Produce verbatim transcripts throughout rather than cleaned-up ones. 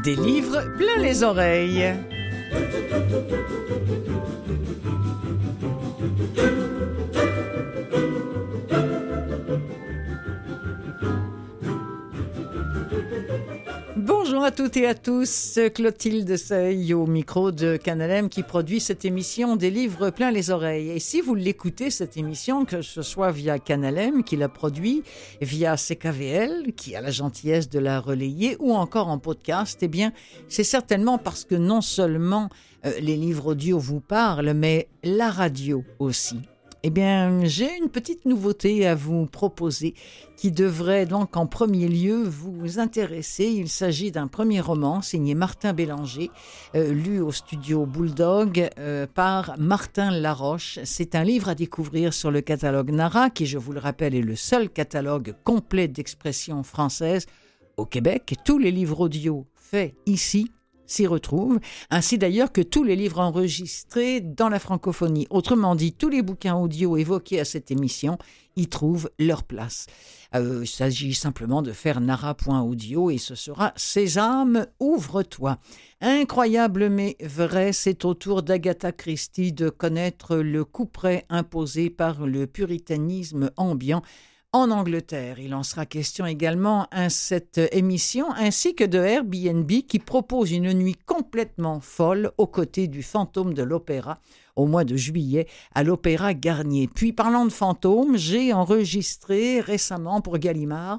Des livres plein les oreilles. Bonjour à toutes et à tous, Clotilde Seuil au micro de Canal M qui produit cette émission des livres plein les oreilles. Et si vous l'écoutez, cette émission, que ce soit via Canal M qui la produit, via C K V L qui a la gentillesse de la relayer ou encore en podcast, eh bien, c'est certainement parce que non seulement euh, les livres audio vous parlent, mais la radio aussi. Eh bien, j'ai une petite nouveauté à vous proposer qui devrait donc en premier lieu vous intéresser. Il s'agit d'un premier roman signé Martin Bélanger, euh, lu au studio Bulldog euh, par Martin Laroche. C'est un livre à découvrir sur le catalogue Nara, qui, je vous le rappelle, est le seul catalogue complet d'expression française au Québec. Tous les livres audio faits ici s'y retrouvent, ainsi d'ailleurs que tous les livres enregistrés dans la francophonie. Autrement dit, tous les bouquins audio évoqués à cette émission y trouvent leur place. Euh, il s'agit simplement de faire nara point audio et ce sera « Sésame, ouvre-toi ». Incroyable mais vrai, c'est au tour d'Agatha Christie de connaître le couperet imposé par le puritanisme ambiant en Angleterre. Il en sera question également à cette émission, ainsi que de Airbnb qui propose une nuit complètement folle aux côtés du fantôme de l'opéra au mois de juillet à l'Opéra Garnier. Puis parlant de fantômes, j'ai enregistré récemment pour Gallimard,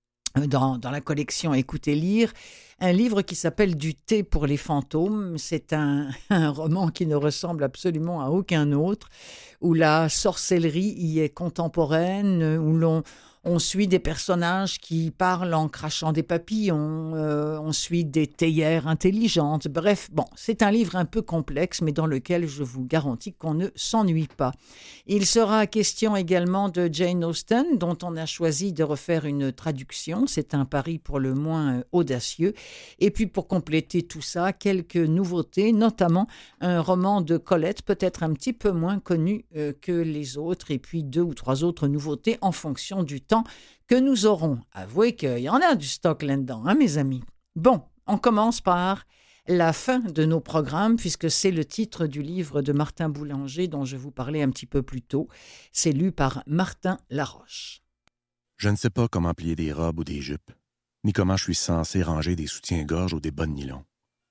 dans, dans la collection Écoutez lire, un livre qui s'appelle « Du thé pour les fantômes ». C'est un, un roman qui ne ressemble absolument à aucun autre, où la sorcellerie y est contemporaine, où l'on on suit des personnages qui parlent en crachant des papillons, euh, on suit des théières intelligentes. Bref, bon, c'est un livre un peu complexe, mais dans lequel je vous garantis qu'on ne s'ennuie pas. Il sera question également de Jane Austen, dont on a choisi de refaire une traduction. C'est un pari pour le moins audacieux. Et puis pour compléter tout ça, quelques nouveautés, notamment un roman de Colette, peut-être un petit peu moins connu euh, que les autres, et puis deux ou trois autres nouveautés en fonction du temps que nous aurons. Avouez qu'il y en a du stock là-dedans, hein, mes amis. Bon, on commence par la fin de nos programmes, puisque c'est le titre du livre de Martin Bélanger dont je vous parlais un petit peu plus tôt. C'est lu par Martin Laroche. Je ne sais pas comment plier des robes ou des jupes, ni comment je suis censé ranger des soutiens-gorge ou des bas de nylon.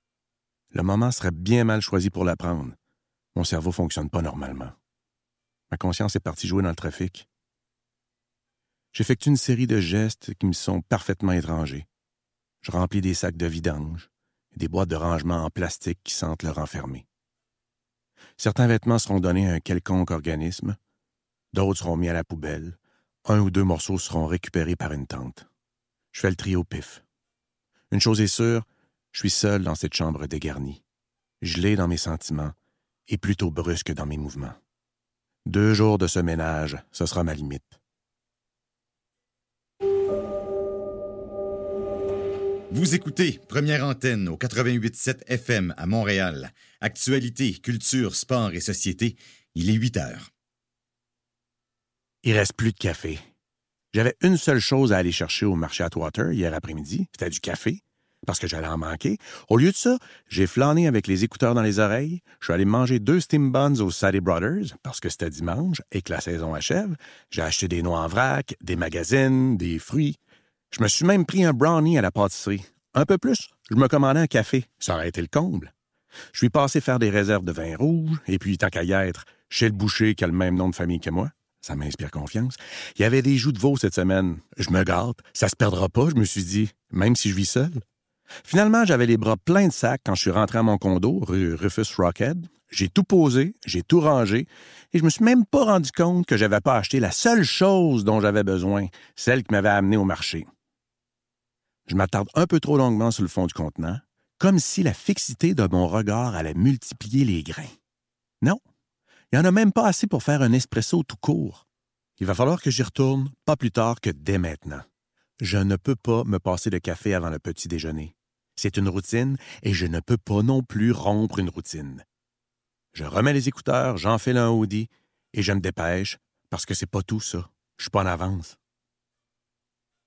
Le moment serait bien mal choisi pour l'apprendre. Mon cerveau ne fonctionne pas normalement. Ma conscience est partie jouer dans le trafic. J'effectue une série de gestes qui me sont parfaitement étrangers. Je remplis des sacs de vidange et des boîtes de rangement en plastique qui sentent le renfermer. Certains vêtements seront donnés à un quelconque organisme, d'autres seront mis à la poubelle, un ou deux morceaux seront récupérés par une tante. Je fais le tri au pif. Une chose est sûre, je suis seul dans cette chambre dégarnie, gelé dans mes sentiments et plutôt brusque dans mes mouvements. Deux jours de ce ménage, ce sera ma limite. Vous écoutez Première Antenne au quatre-vingt-huit sept F M à Montréal. Actualité, culture, sport et société, il est huit heures. Il reste plus de café. J'avais une seule chose à aller chercher au marché Atwater hier après-midi, c'était du café, parce que j'allais en manquer. Au lieu de ça, j'ai flâné avec les écouteurs dans les oreilles, je suis allé manger deux Steam Buns au Sadie Brothers, parce que c'était dimanche et que la saison achève. J'ai acheté des noix en vrac, des magazines, des fruits. Je me suis même pris un brownie à la pâtisserie. Un peu plus, je me commandais un café. Ça aurait été le comble. Je suis passé faire des réserves de vin rouge, et puis, tant qu'à y être, chez le boucher qui a le même nom de famille que moi. Ça m'inspire confiance. Il y avait des joues de veau cette semaine. Je me gâte. Ça se perdra pas, je me suis dit, même si je vis seul. Finalement, j'avais les bras pleins de sacs quand je suis rentré à mon condo, rue Rufus Rockhead. J'ai tout posé, j'ai tout rangé, et je me suis même pas rendu compte que j'avais pas acheté la seule chose dont j'avais besoin, celle qui m'avait amené au marché. Je m'attarde un peu trop longuement sur le fond du contenant, comme si la fixité de mon regard allait multiplier les grains. Non, il n'y en a même pas assez pour faire un espresso tout court. Il va falloir que j'y retourne, pas plus tard que dès maintenant. Je ne peux pas me passer de café avant le petit déjeuner. C'est une routine et je ne peux pas non plus rompre une routine. Je remets les écouteurs, j'enfile un hoodie et je me dépêche parce que c'est pas tout ça. Je suis pas en avance.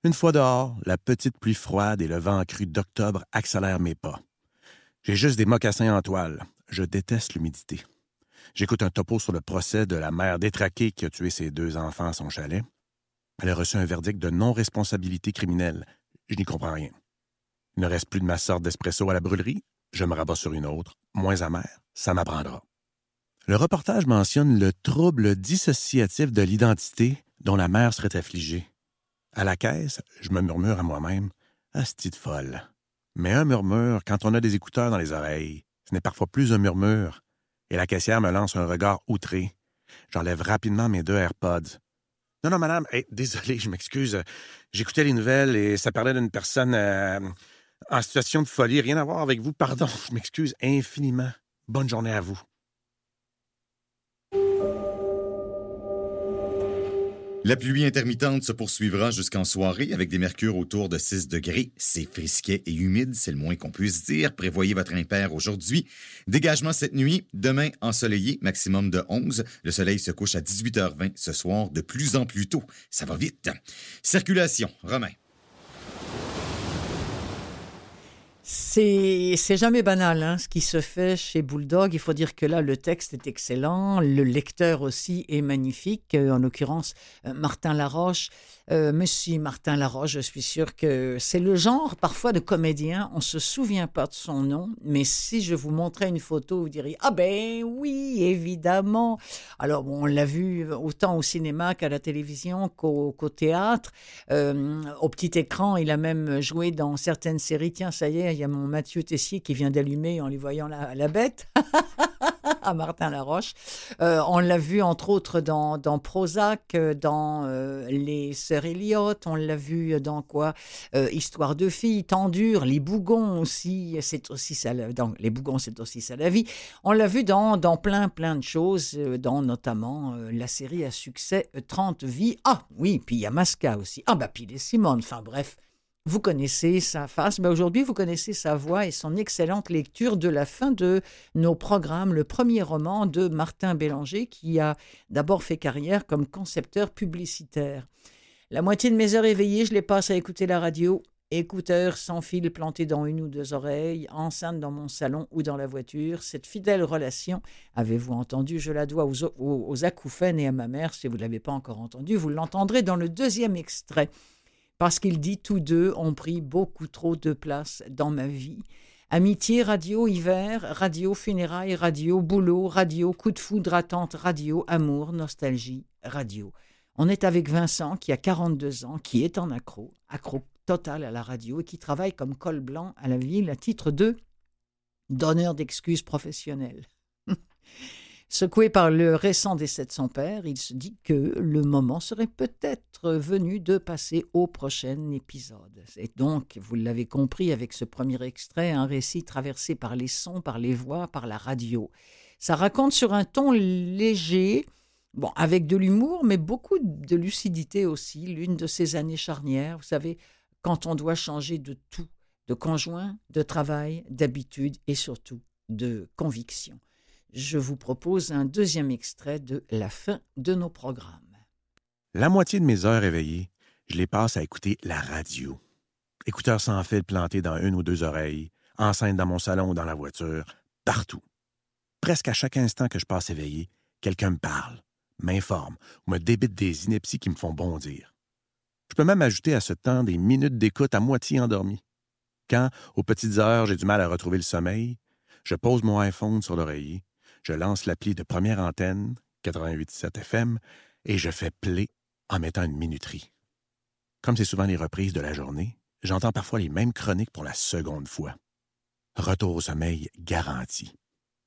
Une fois dehors, la petite pluie froide et le vent cru d'octobre accélèrent mes pas. J'ai juste des mocassins en toile. Je déteste l'humidité. J'écoute un topo sur le procès de la mère détraquée qui a tué ses deux enfants à son chalet. Elle a reçu un verdict de non-responsabilité criminelle. Je n'y comprends rien. Il ne reste plus de ma sorte d'espresso à la brûlerie. Je me rabats sur une autre, moins amère. Ça m'apprendra. Le reportage mentionne le trouble dissociatif de l'identité dont la mère serait affligée. À la caisse, je me murmure à moi-même « Asti de folle ». Mais un murmure, quand on a des écouteurs dans les oreilles, ce n'est parfois plus un murmure. Et la caissière me lance un regard outré. J'enlève rapidement mes deux AirPods. « Non, non, madame, hey, désolé, je m'excuse. J'écoutais les nouvelles et ça parlait d'une personne euh, en situation de folie. Rien à voir avec vous. Pardon, je m'excuse infiniment. Bonne journée à vous. » La pluie intermittente se poursuivra jusqu'en soirée avec des mercures autour de six degrés. C'est frisquet et humide, c'est le moins qu'on puisse dire. Prévoyez votre impair aujourd'hui. Dégagement cette nuit. Demain, ensoleillé, maximum de onze. Le soleil se couche à dix-huit heures vingt ce soir, de plus en plus tôt. Ça va vite. Circulation, Romain. C'est, c'est jamais banal, hein, ce qui se fait chez Bulldog. Il faut dire que là, le texte est excellent. Le lecteur aussi est magnifique. Euh, en l'occurrence, euh, Martin Laroche. Euh, Monsieur Martin Laroche, je suis sûr que c'est le genre, parfois, de comédien. On ne se souvient pas de son nom, mais si je vous montrais une photo, vous diriez « Ah ben oui, évidemment !» Alors, bon, on l'a vu autant au cinéma qu'à la télévision qu'au, qu'au théâtre. Euh, au petit écran, il a même joué dans certaines séries. Tiens, ça y est, il y a mon Mathieu Tessier qui vient d'allumer en lui voyant la, la bête, à Martin Laroche. Euh, on l'a vu, entre autres, dans, dans Prozac, dans euh, Les Sœurs Elliott, on l'a vu dans quoi euh, Histoire de filles, Temps dur, Les Bougons aussi, c'est aussi ça, dans Les Bougons, c'est aussi ça la vie. On l'a vu dans, dans plein, plein de choses, dans notamment euh, la série à succès trente vies. Ah oui, puis il y a Masca aussi. Ah bah, puis les Simone, enfin bref. Vous connaissez sa face, mais aujourd'hui, vous connaissez sa voix et son excellente lecture de la fin de nos programmes, le premier roman de Martin Bélanger, qui a d'abord fait carrière comme concepteur publicitaire. La moitié de mes heures éveillées, je les passe à écouter la radio, écouteurs sans fil plantés dans une ou deux oreilles, enceinte dans mon salon ou dans la voiture. Cette fidèle relation, avez-vous entendu, je la dois aux, aux, aux acouphènes et à ma mère. Si vous ne l'avez pas encore entendu, vous l'entendrez dans le deuxième extrait. Parce qu'il dit, tous deux ont pris beaucoup trop de place dans ma vie. Amitié, radio, hiver, radio, funérailles, radio, boulot, radio, coup de foudre, attente, radio, amour, nostalgie, radio. On est avec Vincent qui a quarante-deux ans, qui est en accro, accro total à la radio et qui travaille comme col blanc à la ville à titre de donneur d'excuses professionnelles. Secoué par le récent décès de son père, il se dit que le moment serait peut-être venu de passer au prochain épisode. Et donc, vous l'avez compris avec ce premier extrait, un récit traversé par les sons, par les voix, par la radio. Ça raconte sur un ton léger, bon, avec de l'humour, mais beaucoup de lucidité aussi, l'une de ces années charnières, vous savez, quand on doit changer de tout, de conjoint, de travail, d'habitude et surtout de conviction. Je vous propose un deuxième extrait de la fin de nos programmes. La moitié de mes heures éveillées, je les passe à écouter la radio. Écouteurs sans fil plantés dans une ou deux oreilles, enceinte dans mon salon ou dans la voiture, partout. Presque à chaque instant que je passe éveillé, quelqu'un me parle, m'informe ou me débite des inepties qui me font bondir. Je peux même ajouter à ce temps des minutes d'écoute à moitié endormi. Quand, aux petites heures, j'ai du mal à retrouver le sommeil, je pose mon iPhone sur l'oreiller, je lance l'appli de Première Antenne, quatre-vingt-huit virgule sept F M, et je fais play en mettant une minuterie. Comme c'est souvent les reprises de la journée, j'entends parfois les mêmes chroniques pour la seconde fois. Retour au sommeil garanti.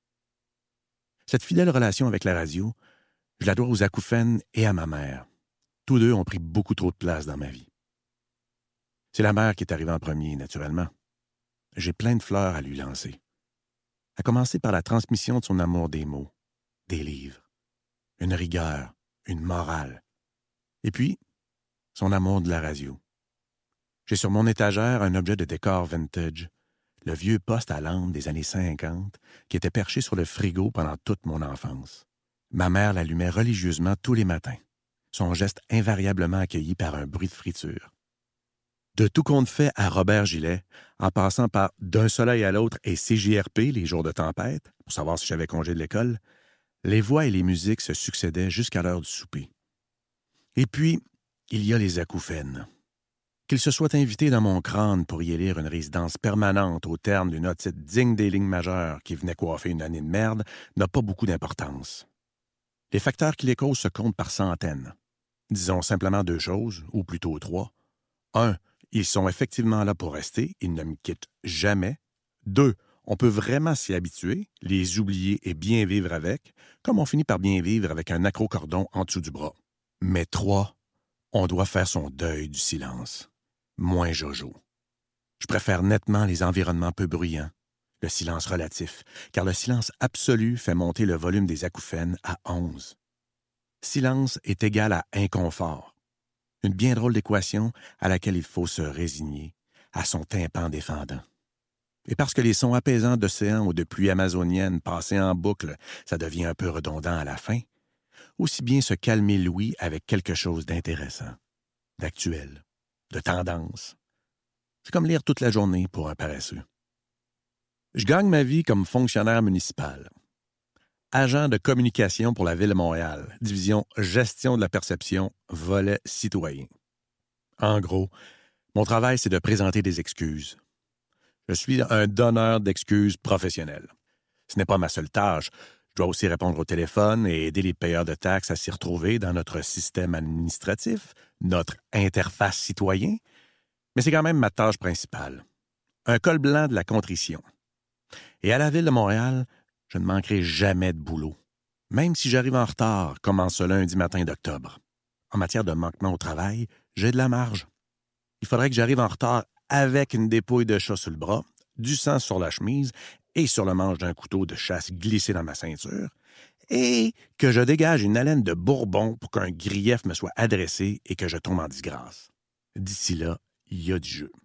Cette fidèle relation avec la radio, je la dois aux acouphènes et à ma mère. Tous deux ont pris beaucoup trop de place dans ma vie. C'est la mère qui est arrivée en premier, naturellement. J'ai plein de fleurs à lui lancer. À commencer par la transmission de son amour des mots, des livres, une rigueur, une morale. Et puis, son amour de la radio. J'ai sur mon étagère un objet de décor vintage, le vieux poste à lampe des années cinquante qui était perché sur le frigo pendant toute mon enfance. Ma mère l'allumait religieusement tous les matins, son geste invariablement accueilli par un bruit de friture. De Tout compte fait à Robert Gillet, en passant par D'un soleil à l'autre et C J R P, les jours de tempête, pour savoir si j'avais congé de l'école, les voix et les musiques se succédaient jusqu'à l'heure du souper. Et puis, il y a les acouphènes. Qu'il se soit invité dans mon crâne pour y élire une résidence permanente au terme d'une otite digne des lignes majeures qui venait coiffer une année de merde n'a pas beaucoup d'importance. Les facteurs qui les causent se comptent par centaines. Disons simplement deux choses, ou plutôt trois. Un, ils sont effectivement là pour rester, ils ne me quittent jamais. Deux, on peut vraiment s'y habituer, les oublier et bien vivre avec, comme on finit par bien vivre avec un acrocordon en dessous du bras. Mais trois, on doit faire son deuil du silence. Moins jojo. Je préfère nettement les environnements peu bruyants, le silence relatif, car le silence absolu fait monter le volume des acouphènes à onze. Silence est égal à inconfort. Une bien drôle d'équation à laquelle il faut se résigner, à son tympan défendant. Et parce que les sons apaisants d'océan ou de pluie amazonienne passés en boucle, ça devient un peu redondant à la fin, aussi bien se calmer l'ouïe avec quelque chose d'intéressant, d'actuel, de tendance. C'est comme lire toute la journée pour un paresseux. Je gagne ma vie comme fonctionnaire municipal. Agent de communication pour la Ville de Montréal, division gestion de la perception, volet citoyen. En gros, mon travail, c'est de présenter des excuses. Je suis un donneur d'excuses professionnelles. Ce n'est pas ma seule tâche. Je dois aussi répondre au téléphone et aider les payeurs de taxes à s'y retrouver dans notre système administratif, notre interface citoyen. Mais c'est quand même ma tâche principale. Un col blanc de la contrition. Et à la Ville de Montréal, je ne manquerai jamais de boulot, même si j'arrive en retard, comme en ce lundi matin d'octobre. En matière de manquement au travail, j'ai de la marge. Il faudrait que j'arrive en retard avec une dépouille de chat sur le bras, du sang sur la chemise et sur le manche d'un couteau de chasse glissé dans ma ceinture, et que je dégage une haleine de bourbon pour qu'un grief me soit adressé et que je tombe en disgrâce. D'ici là, il y a du jeu.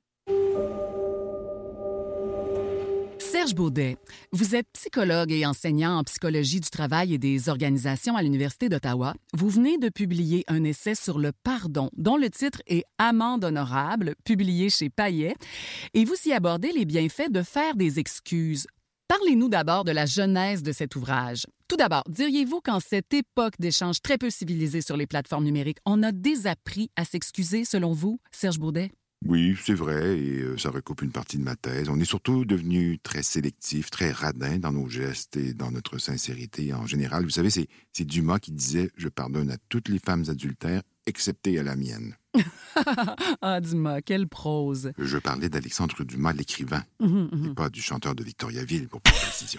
Serge Beaudet, vous êtes psychologue et enseignant en psychologie du travail et des organisations à l'Université d'Ottawa. Vous venez de publier un essai sur le pardon, dont le titre est « Amende honorable », publié chez Payet, et vous y abordez les bienfaits de faire des excuses. Parlez-nous d'abord de la genèse de cet ouvrage. Tout d'abord, diriez-vous qu'en cette époque d'échanges très peu civilisés sur les plateformes numériques, on a désappris à s'excuser, selon vous, Serge Beaudet? Oui, c'est vrai, et euh, ça recoupe une partie de ma thèse. On est surtout devenu très sélectif, très radin dans nos gestes et dans notre sincérité en général. Vous savez, c'est, c'est Dumas qui disait « Je pardonne à toutes les femmes adultères, excepté à la mienne. » Ah, Dumas, quelle prose! Je parlais d'Alexandre Dumas, l'écrivain, Mmh, mmh. et pas du chanteur de Victoriaville, pour plus de précision.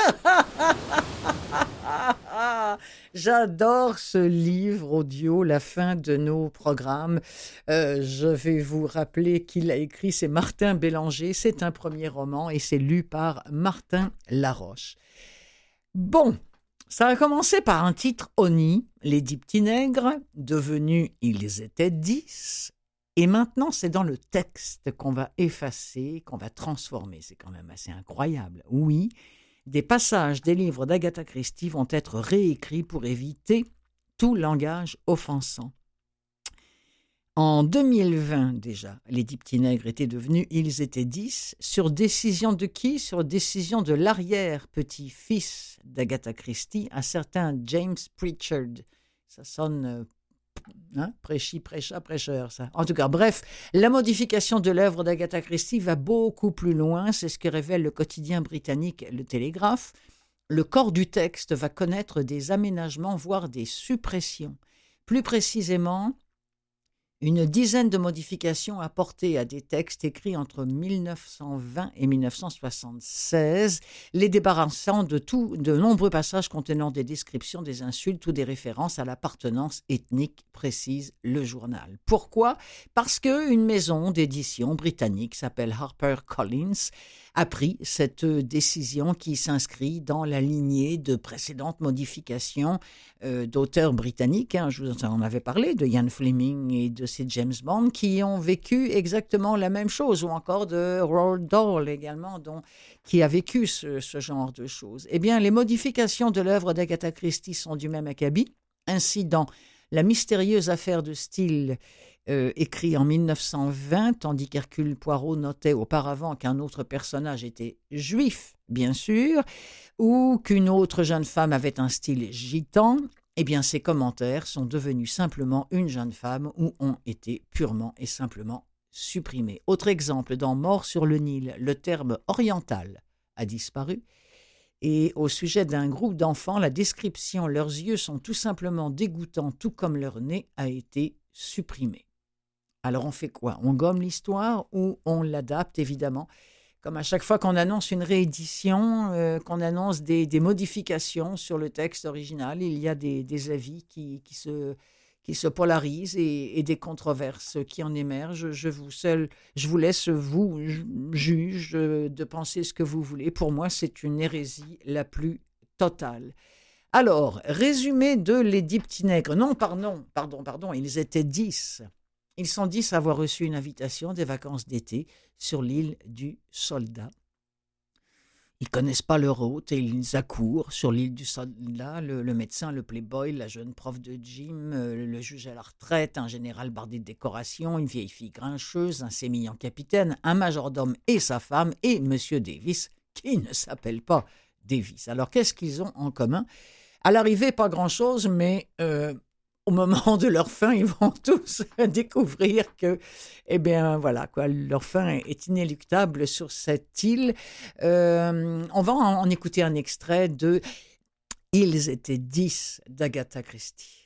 J'adore ce livre audio, la fin de nos programmes. Euh, je vais vous rappeler qu'il a écrit, c'est Martin Bélanger. C'est un premier roman et c'est lu par Martin Laroche. Bon, ça a commencé par un titre honni, Les dix petits nègres, devenus Ils étaient dix. Et maintenant, c'est dans le texte qu'on va effacer, qu'on va transformer. C'est quand même assez incroyable. Oui, des passages des livres d'Agatha Christie vont être réécrits pour éviter tout langage offensant. En deux mille vingt déjà, les dix petits nègres étaient devenus Ils étaient dix, sur décision de qui? Sur décision de l'arrière-petit-fils d'Agatha Christie, un certain James Pritchard. Ça sonne euh, hein, prêchi, prêcha, prêcheur, ça. En tout cas, bref, la modification de l'œuvre d'Agatha Christie va beaucoup plus loin, c'est ce que révèle le quotidien britannique Le Télégraphe. Le corps du texte va connaître des aménagements, voire des suppressions. Plus précisément, une dizaine de modifications apportées à des textes écrits entre mille neuf cent vingt et mille neuf cent soixante-seize, les débarrassant de, tout, de nombreux passages contenant des descriptions, des insultes ou des références à l'appartenance ethnique, précise le journal. Pourquoi? Parce qu'une maison d'édition britannique s'appelle HarperCollins a pris cette décision qui s'inscrit dans la lignée de précédentes modifications euh, d'auteurs britanniques. Hein, je vous en avais parlé, de Ian Fleming et de C. James Bond, qui ont vécu exactement la même chose, ou encore de Roald Dahl également, dont, qui a vécu ce, ce genre de choses. Eh bien, les modifications de l'œuvre d'Agatha Christie sont du même acabit. Ainsi, dans La mystérieuse affaire de style, euh, écrit en mille neuf cent vingt, tandis qu'Hercule Poirot notait auparavant qu'un autre personnage était juif, bien sûr, ou qu'une autre jeune femme avait un style gitan, eh bien ces commentaires sont devenus simplement une jeune femme ou ont été purement et simplement supprimés. Autre exemple, dans Mort sur le Nil, le terme oriental a disparu. Et au sujet d'un groupe d'enfants, la description « leurs yeux sont tout simplement dégoûtants, tout comme leur nez » a été supprimée. Alors on fait quoi? On gomme l'histoire ou on l'adapte, évidemment? Comme à chaque fois qu'on annonce une réédition, euh, qu'on annonce des, des modifications sur le texte original, il y a des, des avis qui, qui, se, qui se polarisent et, et des controverses qui en émergent. Je vous, seul, je vous laisse, vous, juge, de penser ce que vous voulez. Pour moi, c'est une hérésie la plus totale. Alors, résumé de Les Dix Petits Nègres. Non, pardon, pardon, pardon, ils étaient dix. Ils sont dix à avoir reçu une invitation des vacances d'été sur l'île du Soldat. Ils ne connaissent pas leur hôte et ils accourent sur l'île du Soldat, le, le médecin, le playboy, la jeune prof de gym, euh, le juge à la retraite, un général bardé de décorations, une vieille fille grincheuse, un sémillant capitaine, un majordome et sa femme, et Monsieur Davis, qui ne s'appelle pas Davis. Alors, qu'est-ce qu'ils ont en commun? À l'arrivée, pas grand-chose, mais... Euh, au moment de leur fin, ils vont tous découvrir que, eh bien, voilà, quoi, leur fin est inéluctable sur cette île. Euh, on va en, en écouter un extrait de « Ils étaient dix » d'Agatha Christie.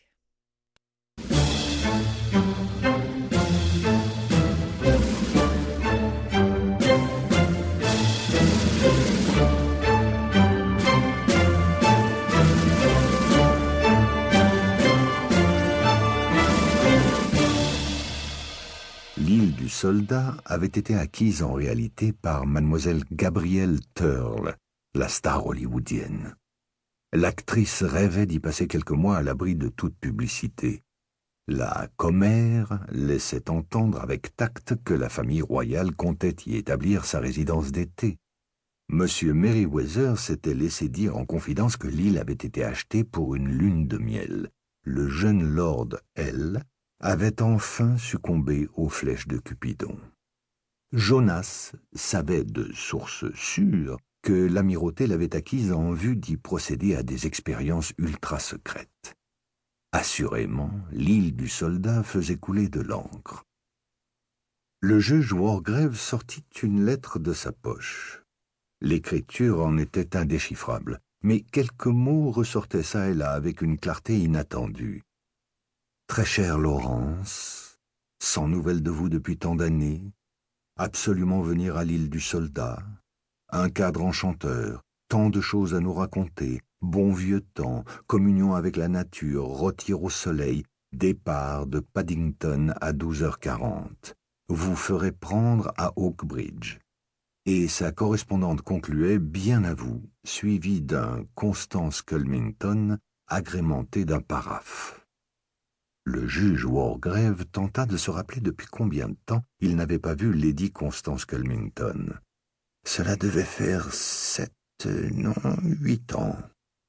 L'île du Soldat avait été acquise en réalité par mademoiselle Gabrielle Turle, la star hollywoodienne. L'actrice rêvait d'y passer quelques mois à l'abri de toute publicité. La commère laissait entendre avec tact que la famille royale comptait y établir sa résidence d'été. Monsieur Merriweather s'était laissé dire en confidence que l'île avait été achetée pour une lune de miel. Le jeune lord L avait enfin succombé aux flèches de Cupidon. Jonas savait de sources sûres que l'amirauté l'avait acquise en vue d'y procéder à des expériences ultra secrètes. Assurément, l'île du Soldat faisait couler de l'encre. Le juge Wargrave sortit une lettre de sa poche. L'écriture en était indéchiffrable, mais quelques mots ressortaient çà et là avec une clarté inattendue. Très chère Laurence, sans nouvelles de vous depuis tant d'années, absolument venir à l'île du Soldat, un cadre enchanteur, tant de choses à nous raconter, bon vieux temps, communion avec la nature, rôtir au soleil, départ de Paddington à douze heures quarante. Vous ferez prendre à Oakbridge. Et sa correspondante concluait bien à vous, suivie d'un Constance Culmington agrémenté d'un paraphe. Le juge Wargrave tenta de se rappeler depuis combien de temps il n'avait pas vu Lady Constance Culmington. Cela devait faire sept, non, huit ans.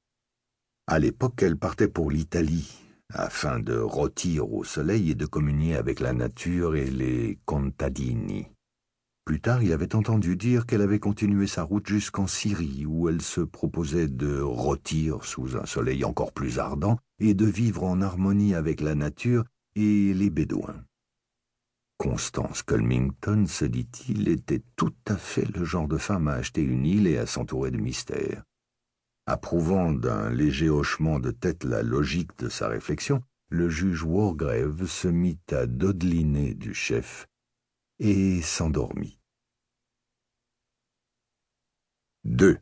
À l'époque, elle partait pour l'Italie, afin de rôtir au soleil et de communier avec la nature et les contadini. Plus tard, il avait entendu dire qu'elle avait continué sa route jusqu'en Syrie, où elle se proposait de rôtir sous un soleil encore plus ardent et de vivre en harmonie avec la nature et les Bédouins. Constance Culmington, se dit-il, était tout à fait le genre de femme à acheter une île et à s'entourer de mystères. Approuvant d'un léger hochement de tête la logique de sa réflexion, le juge Wargrave se mit à dodeliner du chef et s'endormit. deux.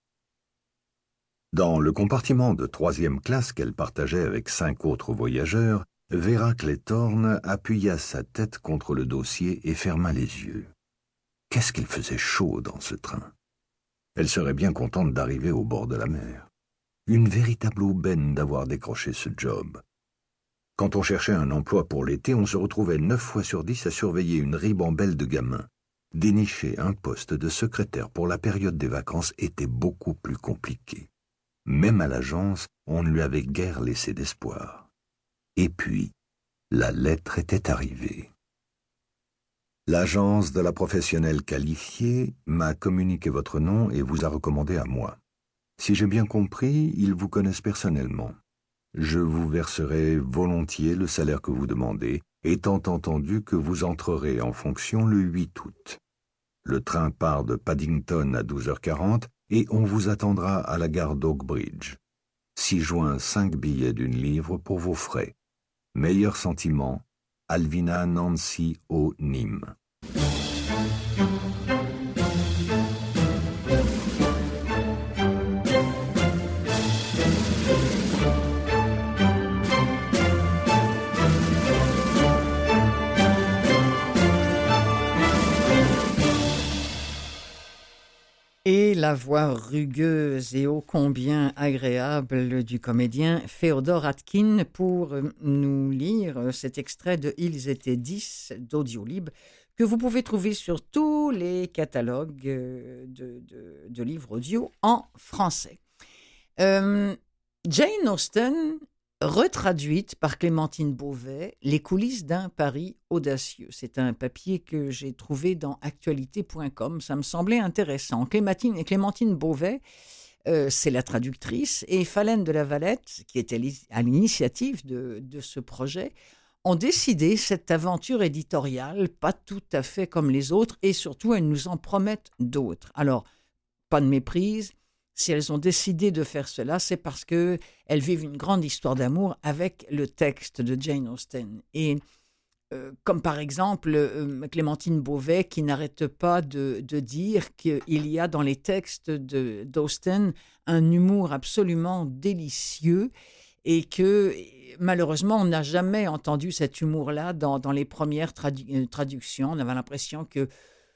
Dans le compartiment de troisième classe qu'elle partageait avec cinq autres voyageurs, Vera Claythorne appuya sa tête contre le dossier et ferma les yeux. Qu'est-ce qu'il faisait chaud dans ce train! Elle serait bien contente d'arriver au bord de la mer. Une véritable aubaine d'avoir décroché ce job. Quand on cherchait un emploi pour l'été, on se retrouvait neuf fois sur dix à surveiller une ribambelle de gamins. Dénicher un poste de secrétaire pour la période des vacances était beaucoup plus compliqué. Même à l'agence, on ne lui avait guère laissé d'espoir. Et puis, La lettre était arrivée. L'agence de la professionnelle qualifiée m'a communiqué votre nom et vous a recommandé à moi. Si j'ai bien compris, ils vous connaissent personnellement. Je vous verserai volontiers le salaire que vous demandez, étant entendu que vous entrerez en fonction le huit août. Le train part de Paddington à douze heures quarante et on vous attendra à la gare d'Oakbridge. six juin, cinq billets d'une livre pour vos frais. Meilleurs sentiments, Alvina Nancy O. Nîmes. Et la voix rugueuse et ô combien agréable du comédien Féodor Atkin pour nous lire cet extrait de « Ils étaient dix » d'Audiolib que vous pouvez trouver sur tous les catalogues de, de, de livres audio en français. Euh, Jane Austen, retraduite par Clémentine Beauvais, Les coulisses d'un Paris audacieux. C'est un papier que j'ai trouvé dans actualité point com. Ça me semblait intéressant. Clémentine, Clémentine Beauvais, euh, c'est la traductrice, et Phalène de la Valette, qui était à l'initiative de, de ce projet, ont décidé cette aventure éditoriale, pas tout à fait comme les autres, et surtout, elles nous en promettent d'autres. Alors, pas de méprise. Si elles ont décidé de faire cela, c'est parce qu'elles vivent une grande histoire d'amour avec le texte de Jane Austen. Et euh, comme par exemple euh, Clémentine Beauvais qui n'arrête pas de, de dire qu'il y a dans les textes de, d'Austen un humour absolument délicieux et que malheureusement on n'a jamais entendu cet humour-là dans, dans les premières tradu- traductions. On avait l'impression que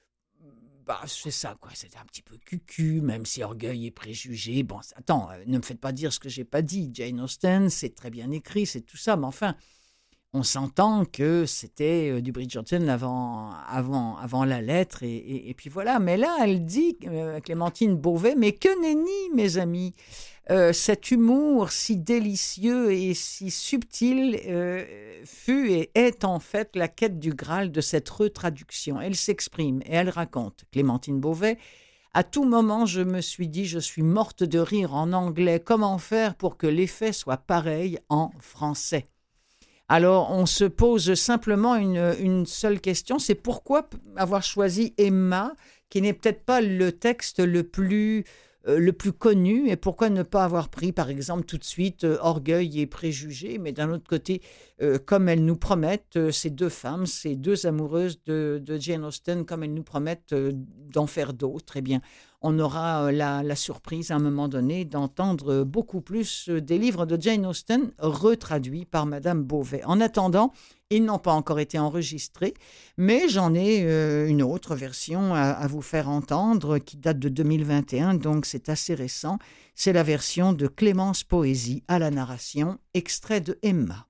Bah, c'est ça, quoi. C'était un petit peu cucu, même si Orgueil et Préjugés. Bon, attends, euh, ne me faites pas dire ce que j'ai pas dit. Jane Austen, c'est très bien écrit, c'est tout ça, mais enfin, on s'entend que c'était euh, du Bridgerton avant, avant, avant la lettre, et, et, et puis voilà. Mais là, elle dit, euh, Clémentine Beauvais, mais que nenni, mes amis. Euh, cet humour si délicieux et si subtil euh, fut et est en fait la quête du Graal de cette retraduction. Elle s'exprime et elle raconte, Clémentine Beauvais, « À tout moment, je me suis dit, je suis morte de rire en anglais. Comment faire pour que l'effet soit pareil en français ?» Alors, on se pose simplement une, une seule question, c'est pourquoi avoir choisi Emma, qui n'est peut-être pas le texte le plus... Euh, le plus connu, et pourquoi ne pas avoir pris, par exemple, tout de suite euh, Orgueil et Préjugés, mais d'un autre côté, euh, comme elles nous promettent, euh, ces deux femmes, ces deux amoureuses de, de Jane Austen, comme elles nous promettent euh, d'en faire d'autres, eh bien, on aura euh, la, la surprise à un moment donné d'entendre beaucoup plus euh, des livres de Jane Austen retraduits par Madame Beauvais. En attendant, ils n'ont pas encore été enregistrés, mais j'en ai euh, une autre version à, à vous faire entendre qui date de deux mille vingt et un, donc c'est assez récent. C'est la version de Clémence Poésie à la narration, extrait de Emma.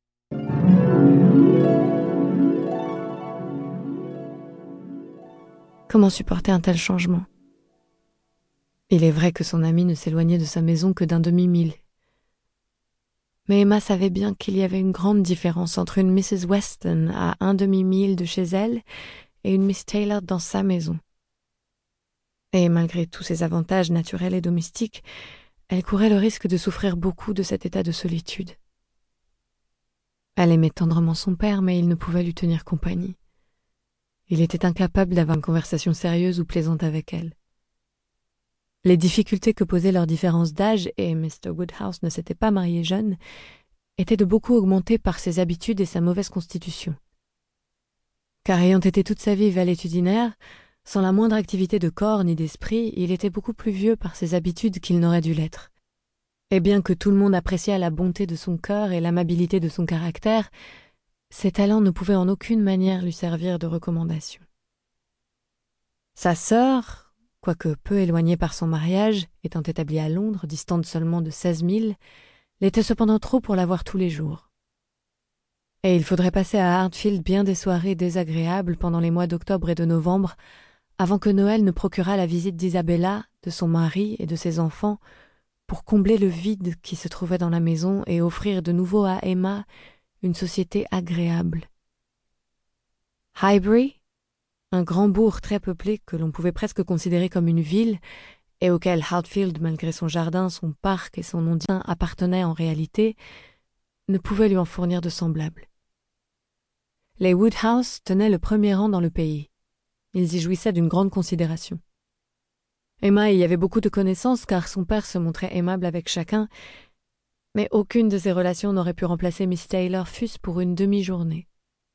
Comment supporter un tel changement ? Il est vrai que son ami ne s'éloignait de sa maison que d'un demi-mille. Mais Emma savait bien qu'il y avait une grande différence entre une Missus Weston à un demi-mille de chez elle et une Miss Taylor dans sa maison. Et malgré tous ses avantages naturels et domestiques, elle courait le risque de souffrir beaucoup de cet état de solitude. Elle aimait tendrement son père, mais il ne pouvait lui tenir compagnie. Il était incapable d'avoir une conversation sérieuse ou plaisante avec elle. Les difficultés que posaient leurs différences d'âge, et mister Woodhouse ne s'était pas marié jeune, étaient de beaucoup augmentées par ses habitudes et sa mauvaise constitution. Car ayant été toute sa vie valétudinaire, sans la moindre activité de corps ni d'esprit, il était beaucoup plus vieux par ses habitudes qu'il n'aurait dû l'être. Et bien que tout le monde appréciât la bonté de son cœur et l'amabilité de son caractère, ses talents ne pouvaient en aucune manière lui servir de recommandation. Sa sœur, quoique peu éloignée par son mariage, étant établie à Londres, distante seulement de seize milles, l'était cependant trop pour la voir tous les jours. Et il faudrait passer à Hartfield bien des soirées désagréables pendant les mois d'octobre et de novembre, avant que Noël ne procurât la visite d'Isabella, de son mari et de ses enfants, pour combler le vide qui se trouvait dans la maison et offrir de nouveau à Emma une société agréable. Highbury, un grand bourg très peuplé que l'on pouvait presque considérer comme une ville, et auquel Hartfield, malgré son jardin, son parc et son nom divin, appartenait en réalité, ne pouvait lui en fournir de semblable. Les Woodhouse tenaient le premier rang dans le pays. Ils y jouissaient d'une grande considération. Emma y avait beaucoup de connaissances car son père se montrait aimable avec chacun, mais aucune de ces relations n'aurait pu remplacer Miss Taylor fût-ce pour une demi-journée.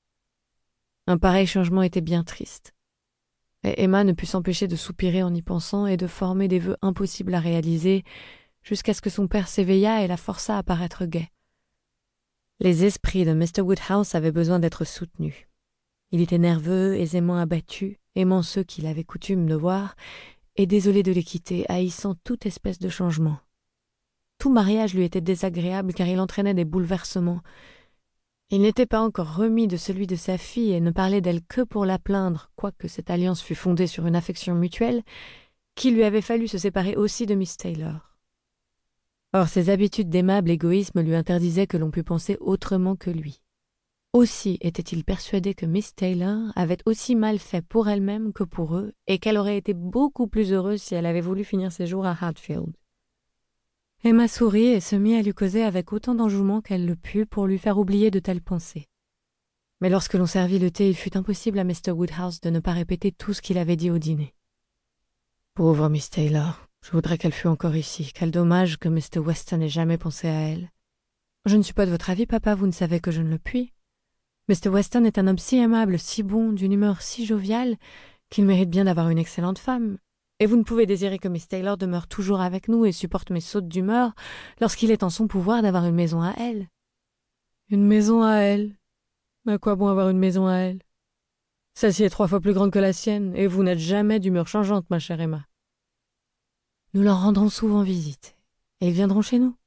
Un pareil changement était bien triste. Et Emma ne put s'empêcher de soupirer en y pensant et de former des vœux impossibles à réaliser jusqu'à ce que son père s'éveillât et la forçât à paraître gai. Les esprits de mister Woodhouse avaient besoin d'être soutenus. Il était nerveux, aisément abattu, aimant ceux qu'il avait coutume de voir, et désolé de les quitter, haïssant toute espèce de changement. Tout mariage lui était désagréable car il entraînait des bouleversements. Il n'était pas encore remis de celui de sa fille et ne parlait d'elle que pour la plaindre, quoique cette alliance fût fondée sur une affection mutuelle, qu'il lui avait fallu se séparer aussi de Miss Taylor. Or, ses habitudes d'aimable égoïsme lui interdisaient que l'on pût penser autrement que lui. Aussi était-il persuadé que Miss Taylor avait aussi mal fait pour elle-même que pour eux, et qu'elle aurait été beaucoup plus heureuse si elle avait voulu finir ses jours à Hartfield. Emma sourit et se mit à lui causer avec autant d'enjouement qu'elle le put pour lui faire oublier de telles pensées. Mais lorsque l'on servit le thé, il fut impossible à mister Woodhouse de ne pas répéter tout ce qu'il avait dit au dîner. Pauvre Miss Taylor, je voudrais qu'elle fût encore ici. Quel dommage que mister Weston ait jamais pensé à elle. Je ne suis pas de votre avis, papa, vous ne savez que je ne le puis. mister Weston est un homme si aimable, si bon, d'une humeur si joviale, qu'il mérite bien d'avoir une excellente femme. Et vous ne pouvez désirer que Miss Taylor demeure toujours avec nous et supporte mes sautes d'humeur lorsqu'il est en son pouvoir d'avoir une maison à elle. Une maison à elle? À quoi bon avoir une maison à elle? Celle-ci est trois fois plus grande que la sienne, et vous n'êtes jamais d'humeur changeante, ma chère Emma. Nous leur rendrons souvent visite, et ils viendront chez nous.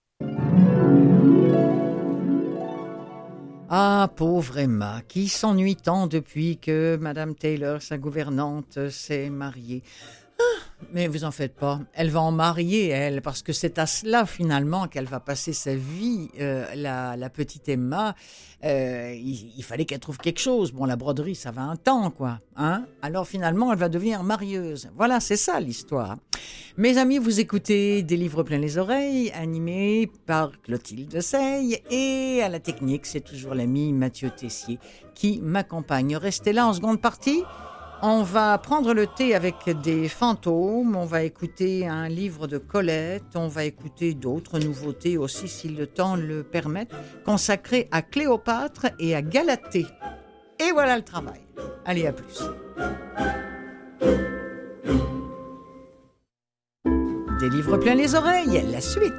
Ah, pauvre Emma, qui s'ennuie tant depuis que Madame Taylor, sa gouvernante, s'est mariée. Ah, mais vous en faites pas, elle va en marier, elle, parce que c'est à cela, finalement, qu'elle va passer sa vie, euh, la, la petite Emma. Euh, il, il fallait qu'elle trouve quelque chose. Bon, la broderie, ça va un temps, quoi. Hein? Alors, finalement, elle va devenir marieuse. Voilà, c'est ça, l'histoire. Mes amis, vous écoutez Des livres plein les oreilles, animé par Clotilde Sey, et à la technique, c'est toujours l'ami Mathieu Tessier qui m'accompagne. Restez là en seconde partie. On va prendre le thé avec des fantômes, on va écouter un livre de Colette, on va écouter d'autres nouveautés aussi, si le temps le permet, consacrées à Cléopâtre et à Galatée. Et voilà le travail. Allez, à plus. Des livres plein les oreilles, la suite.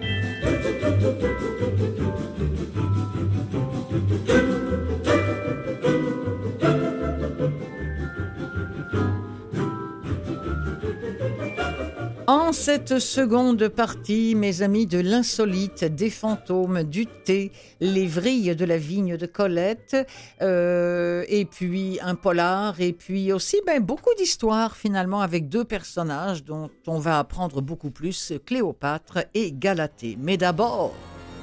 En cette seconde partie, mes amis, de l'insolite, des fantômes, du thé, les vrilles de la vigne de Colette, euh, et puis un polar, et puis aussi ben, beaucoup d'histoires finalement avec deux personnages dont on va apprendre beaucoup plus, Cléopâtre et Galatée. Mais d'abord...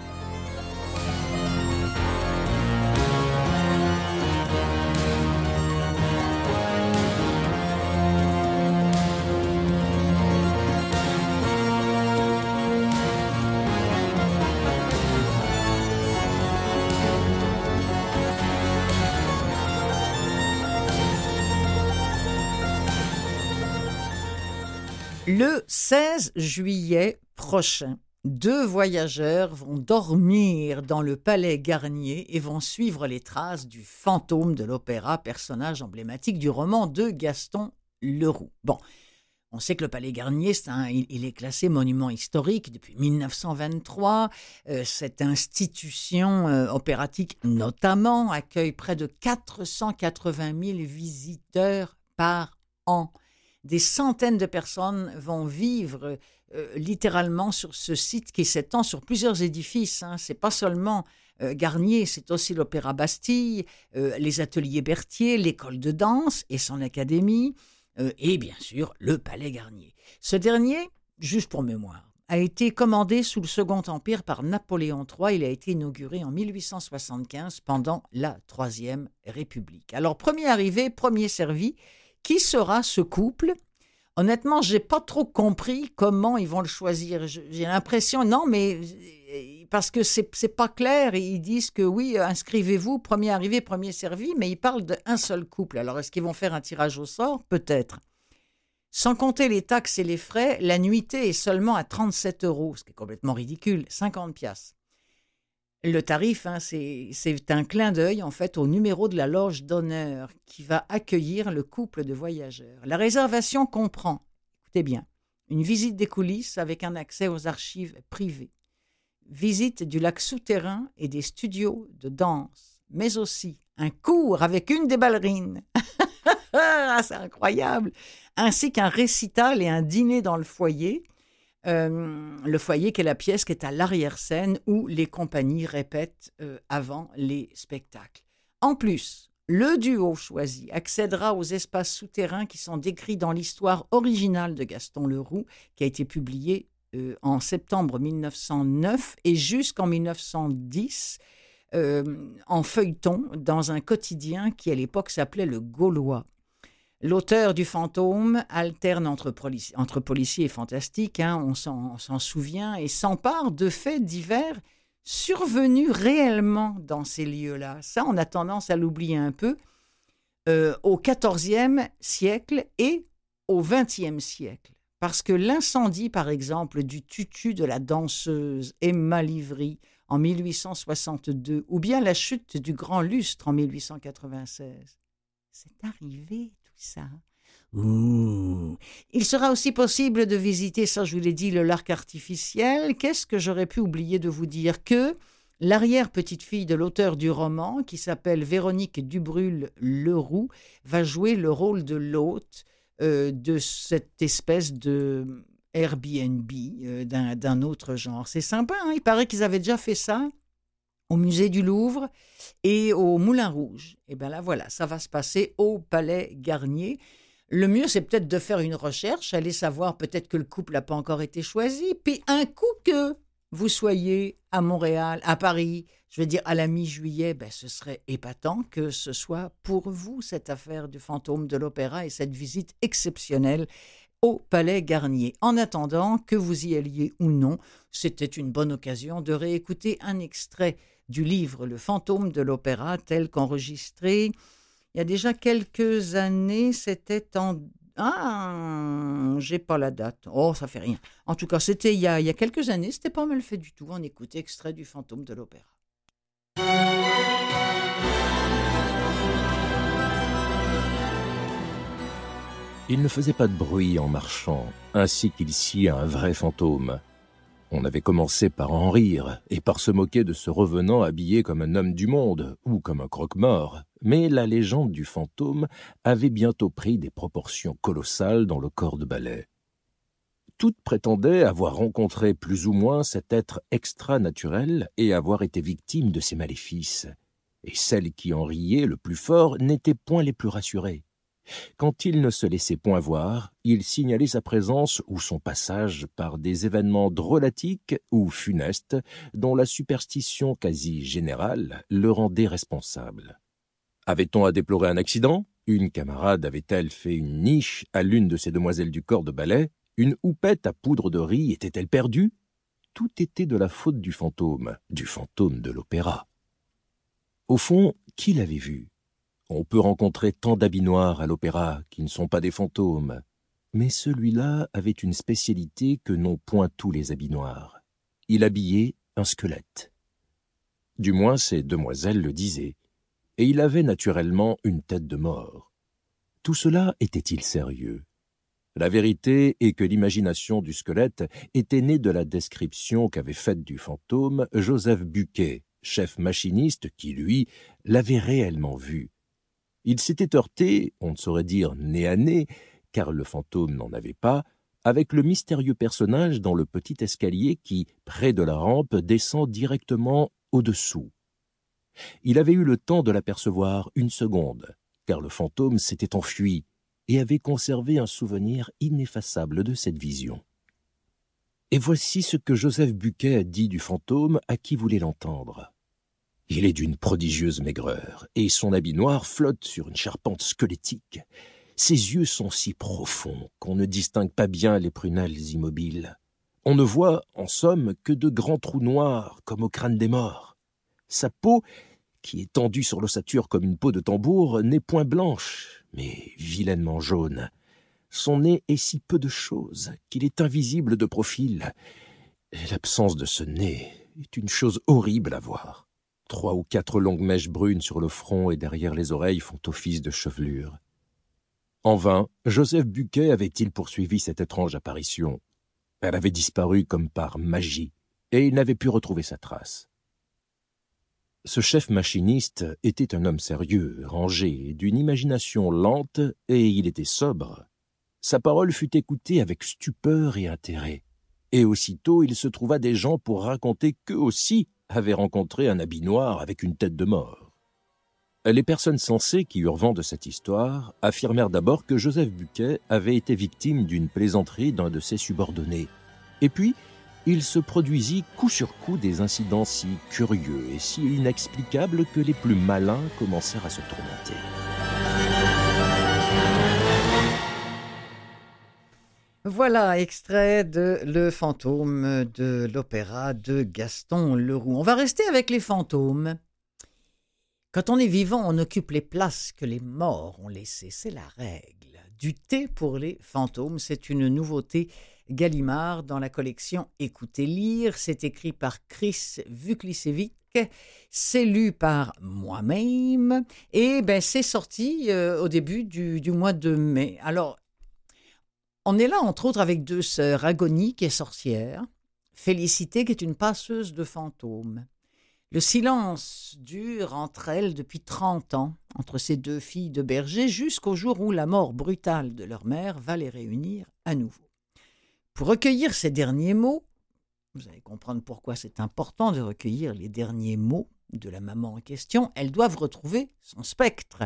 Le seize juillet prochain, deux voyageurs vont dormir dans le palais Garnier et vont suivre les traces du fantôme de l'opéra, personnage emblématique du roman de Gaston Leroux. Bon, on sait que le palais Garnier, c'est un, il, il est classé monument historique depuis mille neuf cent vingt-trois. Euh, cette institution euh, opératique, notamment, accueille près de quatre cent quatre-vingt mille visiteurs par an. Des centaines de personnes vont vivre euh, littéralement sur ce site qui s'étend sur plusieurs édifices. Hein. Ce n'est pas seulement euh, Garnier, c'est aussi l'Opéra Bastille, euh, les ateliers Berthier, l'école de danse et son académie, euh, et bien sûr le Palais Garnier. Ce dernier, juste pour mémoire, a été commandé sous le Second Empire par Napoléon trois. Il a été inauguré en mille huit cent soixante-quinze pendant la Troisième République. Alors, premier arrivé, premier servi. Qui sera ce couple? Honnêtement, je n'ai pas trop compris comment ils vont le choisir. J'ai l'impression, non, mais parce que c'est, c'est pas clair. Ils disent que oui, inscrivez-vous, premier arrivé, premier servi, mais ils parlent d'un seul couple. Alors, est-ce qu'ils vont faire un tirage au sort? Peut-être. Sans compter les taxes et les frais, la nuitée est seulement à trente-sept euros, ce qui est complètement ridicule, cinquante piastres. Le tarif, hein, c'est, c'est un clin d'œil en fait au numéro de la loge d'honneur qui va accueillir le couple de voyageurs. La réservation comprend, écoutez bien, une visite des coulisses avec un accès aux archives privées, visite du lac souterrain et des studios de danse, mais aussi un cours avec une des ballerines. Ah, c'est incroyable! Ainsi qu'un récital et un dîner dans le foyer. Euh, le foyer qui est la pièce qui est à l'arrière-scène où les compagnies répètent euh, avant les spectacles. En plus, le duo choisi accédera aux espaces souterrains qui sont décrits dans l'histoire originale de Gaston Leroux, qui a été publiée euh, en septembre mille neuf cent neuf et jusqu'en mille neuf cent dix euh, en feuilleton dans un quotidien qui à l'époque s'appelait Le Gaulois. L'auteur du Fantôme alterne entre, polici- entre policiers et fantastique, hein, on, s'en, on s'en souvient, et s'empare de faits divers survenus réellement dans ces lieux-là. Ça, on a tendance à l'oublier un peu. Euh, au quatorzième siècle et au vingtième siècle. Parce que l'incendie, par exemple, du tutu de la danseuse Emma Livry en mille huit cent soixante-deux, ou bien la chute du Grand Lustre en mille huit cent quatre-vingt-seize, c'est arrivé. Ça. Ouh. Il sera aussi possible de visiter, ça je vous l'ai dit, le lac artificiel. Qu'est-ce que j'aurais pu oublier de vous dire? Que l'arrière-petite-fille de l'auteur du roman, qui s'appelle Véronique Dubrul-Leroux, va jouer le rôle de l'hôte euh, de cette espèce de Airbnb euh, d'un, d'un autre genre. C'est sympa, hein? Il paraît qu'ils avaient déjà fait ça au musée du Louvre et au Moulin Rouge. Et bien là, voilà, ça va se passer au Palais Garnier. Le mieux, c'est peut-être de faire une recherche, aller savoir peut-être que le couple n'a pas encore été choisi, puis un coup que vous soyez à Montréal, à Paris, je veux dire à la mi-juillet, ben, ce serait épatant que ce soit pour vous cette affaire du Fantôme de l'Opéra et cette visite exceptionnelle au Palais Garnier. En attendant, que vous y alliez ou non, c'était une bonne occasion de réécouter un extrait du livre Le Fantôme de l'Opéra, tel qu'enregistré il y a déjà quelques années. C'était en... Ah, j'ai pas la date. Oh, ça fait rien. En tout cas, c'était il y a, il y a quelques années. C'était pas mal fait du tout. On écoutait extrait du Fantôme de l'Opéra. Il ne faisait pas de bruit en marchant, ainsi qu'il sciait un vrai fantôme. On avait commencé par en rire et par se moquer de ce revenant habillé comme un homme du monde ou comme un croque-mort. Mais la légende du fantôme avait bientôt pris des proportions colossales dans le corps de ballet. Toutes prétendaient avoir rencontré plus ou moins cet être extra-naturel et avoir été victimes de ses maléfices. Et celles qui en riaient le plus fort n'étaient point les plus rassurées. Quand il ne se laissait point voir, il signalait sa présence ou son passage par des événements drôlatiques ou funestes dont la superstition quasi générale le rendait responsable. Avait-on à déplorer un accident? Une camarade avait-elle fait une niche à l'une de ces demoiselles du corps de ballet? Une houppette à poudre de riz était-elle perdue? Tout était de la faute du fantôme, du fantôme de l'opéra. Au fond, qui l'avait vu? On peut rencontrer tant d'habits noirs à l'opéra qui ne sont pas des fantômes, mais celui-là avait une spécialité que n'ont point tous les habits noirs. Il habillait un squelette. Du moins ces demoiselles le disaient, et il avait naturellement une tête de mort. Tout cela était-il sérieux? La vérité est que l'imagination du squelette était née de la description qu'avait faite du fantôme Joseph Buquet, chef machiniste qui, lui, l'avait réellement vu. Il s'était heurté, on ne saurait dire nez à nez, car le fantôme n'en avait pas, avec le mystérieux personnage dans le petit escalier qui, près de la rampe, descend directement au-dessous. Il avait eu le temps de l'apercevoir une seconde, car le fantôme s'était enfui et avait conservé un souvenir ineffaçable de cette vision. Et voici ce que Joseph Buquet a dit du fantôme à qui voulait l'entendre. Il est d'une prodigieuse maigreur, et son habit noir flotte sur une charpente squelettique. Ses yeux sont si profonds qu'on ne distingue pas bien les prunelles immobiles. On ne voit, en somme, que de grands trous noirs, comme au crâne des morts. Sa peau, qui est tendue sur l'ossature comme une peau de tambour, n'est point blanche, mais vilainement jaune. Son nez est si peu de chose qu'il est invisible de profil. Et l'absence de ce nez est une chose horrible à voir. Trois ou quatre longues mèches brunes sur le front et derrière les oreilles font office de chevelure. En vain, Joseph Buquet avait-il poursuivi cette étrange apparition. Elle avait disparu comme par magie, et il n'avait pu retrouver sa trace. Ce chef machiniste était un homme sérieux, rangé, d'une imagination lente, et il était sobre. Sa parole fut écoutée avec stupeur et intérêt, et aussitôt il se trouva des gens pour raconter qu'eux aussi avaient rencontré un habit noir avec une tête de mort. Les personnes sensées qui eurent vent de cette histoire affirmèrent d'abord que Joseph Buquet avait été victime d'une plaisanterie d'un de ses subordonnés, et puis il se produisit coup sur coup des incidents si curieux et si inexplicables que les plus malins commencèrent à se tourmenter. Voilà, extrait de Le fantôme de l'opéra de Gaston Leroux. On va rester avec les fantômes. Quand on est vivant, on occupe les places que les morts ont laissées. C'est la règle. Du thé pour les fantômes, c'est une nouveauté Gallimard dans la collection Écoutez lire. C'est écrit par Chris Vuklicevic. C'est lu par moi-même. Et ben, c'est sorti euh, au début du, du mois de mai. Alors, on est là, entre autres, avec deux sœurs, Agonie, qui est sorcière, Félicité, qui est une passeuse de fantômes. Le silence dure entre elles depuis trente ans, entre ces deux filles de berger, jusqu'au jour où la mort brutale de leur mère va les réunir à nouveau. Pour recueillir ces derniers mots, vous allez comprendre pourquoi c'est important de recueillir les derniers mots de la maman en question, elles doivent retrouver son spectre.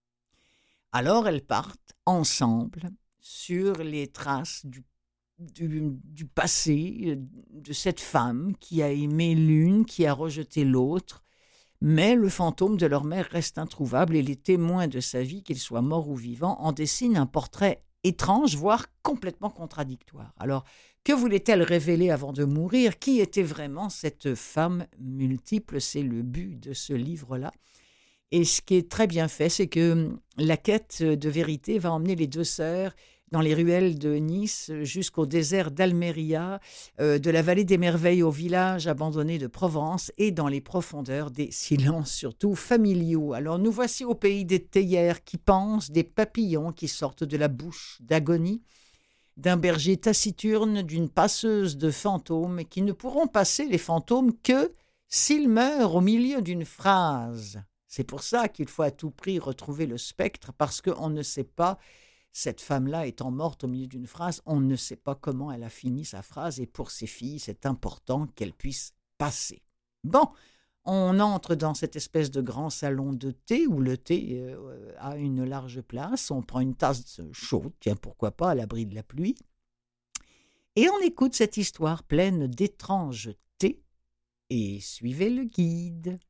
Alors elles partent ensemble sur les traces du, du, du passé de cette femme qui a aimé l'une, qui a rejeté l'autre, mais le fantôme de leur mère reste introuvable et les témoins de sa vie, qu'ils soient morts ou vivants, en dessinent un portrait étrange, voire complètement contradictoire. Alors, que voulait-elle révéler avant de mourir? Qui était vraiment cette femme multiple? C'est le but de ce livre-là. Et ce qui est très bien fait, c'est que la quête de vérité va emmener les deux sœurs dans les ruelles de Nice jusqu'au désert d'Almeria, euh, de la vallée des merveilles au village abandonné de Provence et dans les profondeurs des silences surtout familiaux. Alors nous voici au pays des théières qui pensent, des papillons qui sortent de la bouche d'Agonie, d'un berger taciturne, d'une passeuse de fantômes qui ne pourront passer les fantômes que s'ils meurent au milieu d'une phrase. C'est pour ça qu'il faut à tout prix retrouver le spectre, parce qu'on ne sait pas, cette femme-là étant morte au milieu d'une phrase, on ne sait pas comment elle a fini sa phrase, et pour ces filles, c'est important qu'elle puisse passer. Bon, on entre dans cette espèce de grand salon de thé, où le thé euh, a une large place, on prend une tasse chaude, tiens, pourquoi pas, à l'abri de la pluie, et on écoute cette histoire pleine d'étranges thés, et suivez le guide.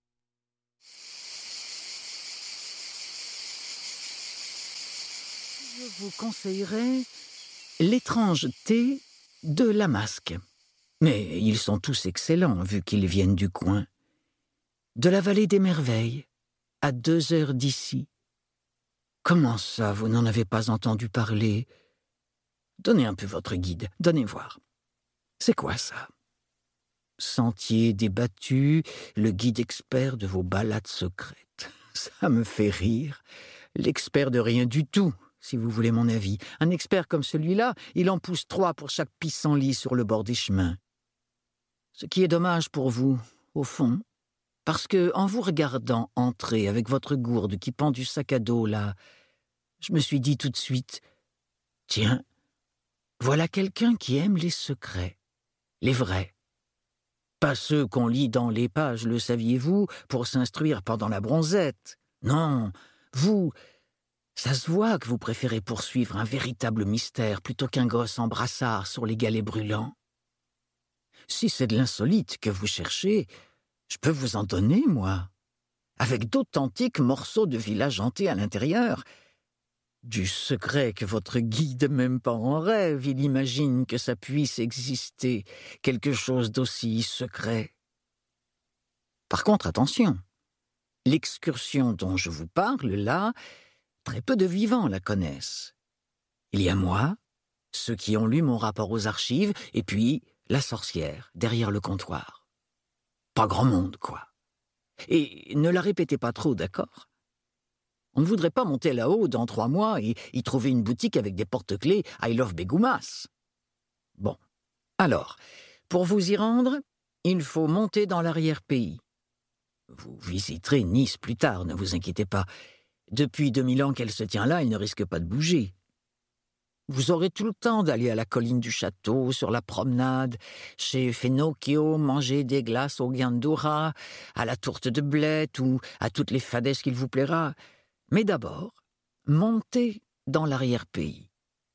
Je vous conseillerais l'étrange thé de la Masque. Mais ils sont tous excellents, vu qu'ils viennent du coin. De la vallée des merveilles, à deux heures d'ici. Comment ça, vous n'en avez pas entendu parler? Donnez un peu votre guide, donnez voir. C'est quoi ça? Sentier débattu, le guide expert de vos balades secrètes. Ça me fait rire. L'expert de rien du tout, si vous voulez mon avis. Un expert comme celui-là, il en pousse trois pour chaque pissenlit sur le bord des chemins. Ce qui est dommage pour vous, au fond, parce que, en vous regardant entrer avec votre gourde qui pend du sac à dos là, je me suis dit tout de suite, tiens, voilà quelqu'un qui aime les secrets, les vrais. Pas ceux qu'on lit dans les pages, le saviez-vous, pour s'instruire pendant la bronzette. Non, vous, ça se voit que vous préférez poursuivre un véritable mystère plutôt qu'un gosse en brassard sur les galets brûlants. Si c'est de l'insolite que vous cherchez, je peux vous en donner, moi. Avec d'authentiques morceaux de village hanté à l'intérieur. Du secret que votre guide, même pas en rêve, il imagine que ça puisse exister, quelque chose d'aussi secret. Par contre, attention, l'excursion dont je vous parle, là, très peu de vivants la connaissent. Il y a moi, ceux qui ont lu mon rapport aux archives, et puis la sorcière, derrière le comptoir. Pas grand monde, quoi. Et ne la répétez pas trop, d'accord ? On ne voudrait pas monter là-haut dans trois mois et y trouver une boutique avec des porte-clés I love Begoumas. Bon, alors, pour vous y rendre, il faut monter dans l'arrière-pays. Vous visiterez Nice plus tard, ne vous inquiétez pas. Depuis deux mille ans qu'elle se tient là, elle ne risque pas de bouger. Vous aurez tout le temps d'aller à la colline du château, sur la promenade, chez Fenocchio, manger des glaces au Ghiandura, à la tourte de Blette ou à toutes les fadaises qu'il vous plaira. Mais d'abord, montez dans l'arrière-pays.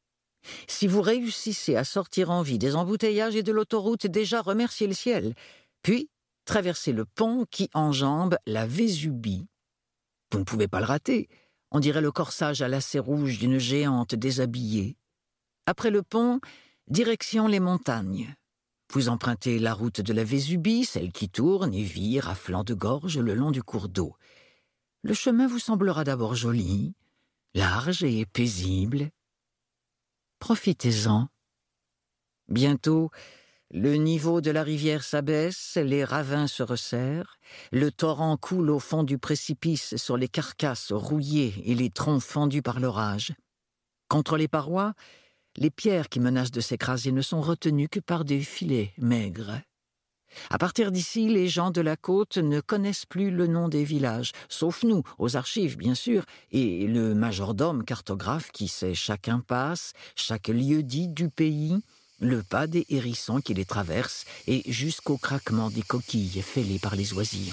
Si vous réussissez à sortir en vie des embouteillages et de l'autoroute, déjà remerciez le ciel. Puis, traversez le pont qui enjambe la Vésubie. Vous ne pouvez pas le rater. On dirait le corsage à lacets rouges d'une géante déshabillée. Après le pont, direction les montagnes. Vous empruntez la route de la Vésubie, celle qui tourne et vire à flanc de gorge le long du cours d'eau. Le chemin vous semblera d'abord joli, large et paisible. Profitez-en. Bientôt, le niveau de la rivière s'abaisse, les ravins se resserrent, le torrent coule au fond du précipice sur les carcasses rouillées et les troncs fendus par l'orage. Contre les parois, les pierres qui menacent de s'écraser ne sont retenues que par des filets maigres. À partir d'ici, les gens de la côte ne connaissent plus le nom des villages, sauf nous, aux archives bien sûr, et le majordome cartographe qui sait chaque impasse, chaque lieu-dit du pays, le pas des hérissons qui les traversent et jusqu'au craquement des coquilles fêlées par les oisillons.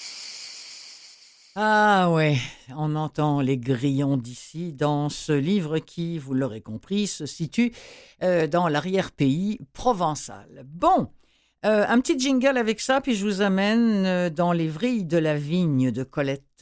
Ah ouais, on entend les grillons d'ici dans ce livre qui, vous l'aurez compris, se situe euh, dans l'arrière-pays provençal. Bon, euh, un petit jingle avec ça, puis je vous amène euh, dans les vrilles de la vigne de Colette.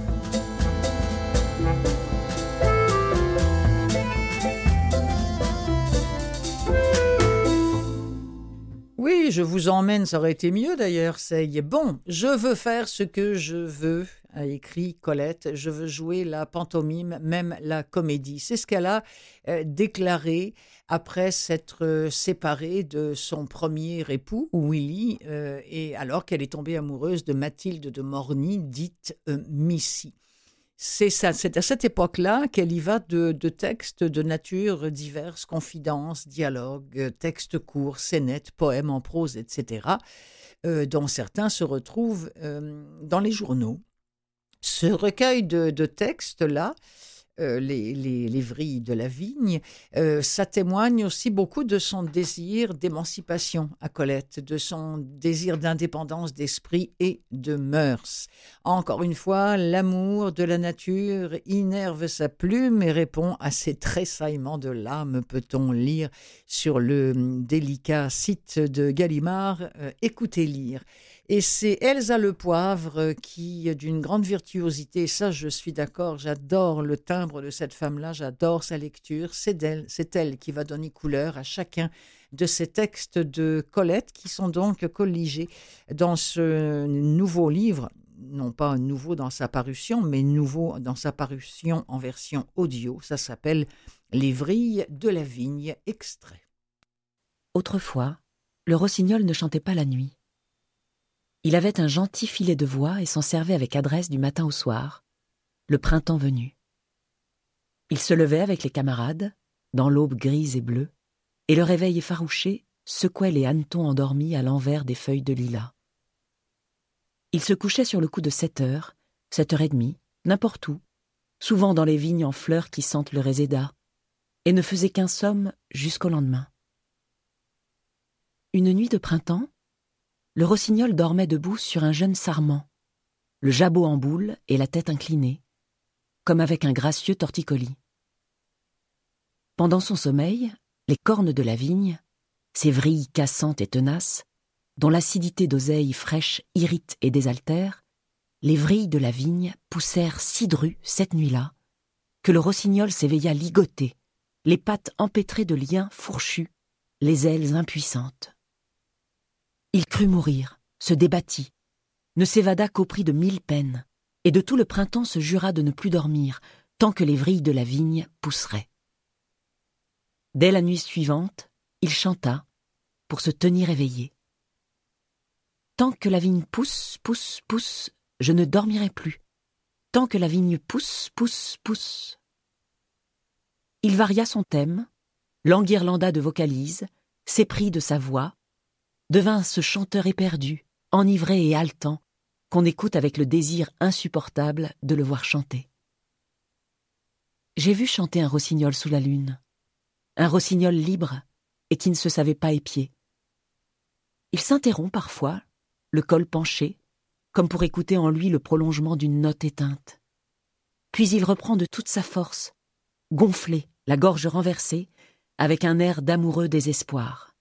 Oui, je vous emmène, ça aurait été mieux d'ailleurs, c'est bon, je veux faire ce que je veux, a écrit Colette, je veux jouer la pantomime, même la comédie. C'est ce qu'elle a euh, déclaré après s'être euh, séparée de son premier époux, Willy, euh, et alors qu'elle est tombée amoureuse de Mathilde de Morny, dite euh, Missy. C'est, ça, c'est à cette époque-là qu'elle y va de, de textes de nature diverses, confidences, dialogues, textes courts, scénettes, poèmes en prose, et cetera, euh, dont certains se retrouvent euh, dans les journaux. Ce recueil de, de textes-là, euh, les, les, les vrilles de la vigne, euh, ça témoigne aussi beaucoup de son désir d'émancipation à Colette, de son désir d'indépendance d'esprit et de mœurs. Encore une fois, l'amour de la nature innerve sa plume et répond à ses tressaillements de l'âme, peut-on lire sur le délicat site de Gallimard, euh, écoutez lire. Et c'est Elsa Le Poivre qui, d'une grande virtuosité, ça je suis d'accord, j'adore le timbre de cette femme-là, j'adore sa lecture, c'est elle, c'est elle qui va donner couleur à chacun de ces textes de Colette qui sont donc colligés dans ce nouveau livre, non pas nouveau dans sa parution, mais nouveau dans sa parution en version audio. Ça s'appelle « Les vrilles de la vigne », extrait. Autrefois, le rossignol ne chantait pas la nuit. Il avait un gentil filet de voix et s'en servait avec adresse du matin au soir, le printemps venu. Il se levait avec les camarades, dans l'aube grise et bleue, et le réveil effarouché secouait les hannetons endormis à l'envers des feuilles de lilas. Il se couchait sur le coup de sept heures, sept heures et demie, n'importe où, souvent dans les vignes en fleurs qui sentent le réséda, et ne faisait qu'un somme jusqu'au lendemain. Une nuit de printemps, le rossignol dormait debout sur un jeune sarment, le jabot en boule et la tête inclinée, comme avec un gracieux torticolis. Pendant son sommeil, les cornes de la vigne, ses vrilles cassantes et tenaces, dont l'acidité d'oseille fraîche irrite et désaltère, les vrilles de la vigne poussèrent si drues cette nuit-là que le rossignol s'éveilla ligoté, les pattes empêtrées de liens fourchus, les ailes impuissantes. Il crut mourir, se débattit, ne s'évada qu'au prix de mille peines, et de tout le printemps se jura de ne plus dormir tant que les vrilles de la vigne pousseraient. Dès la nuit suivante, il chanta pour se tenir éveillé. Tant que la vigne pousse, pousse, pousse, je ne dormirai plus. Tant que la vigne pousse, pousse, pousse. Il varia son thème, l'enguirlanda de vocalises, s'éprit de sa voix, devint ce chanteur éperdu, enivré et haletant, qu'on écoute avec le désir insupportable de le voir chanter. J'ai vu chanter un rossignol sous la lune, un rossignol libre et qui ne se savait pas épier. Il s'interrompt parfois, le col penché, comme pour écouter en lui le prolongement d'une note éteinte. Puis il reprend de toute sa force, gonflé, la gorge renversée, avec un air d'amoureux désespoir.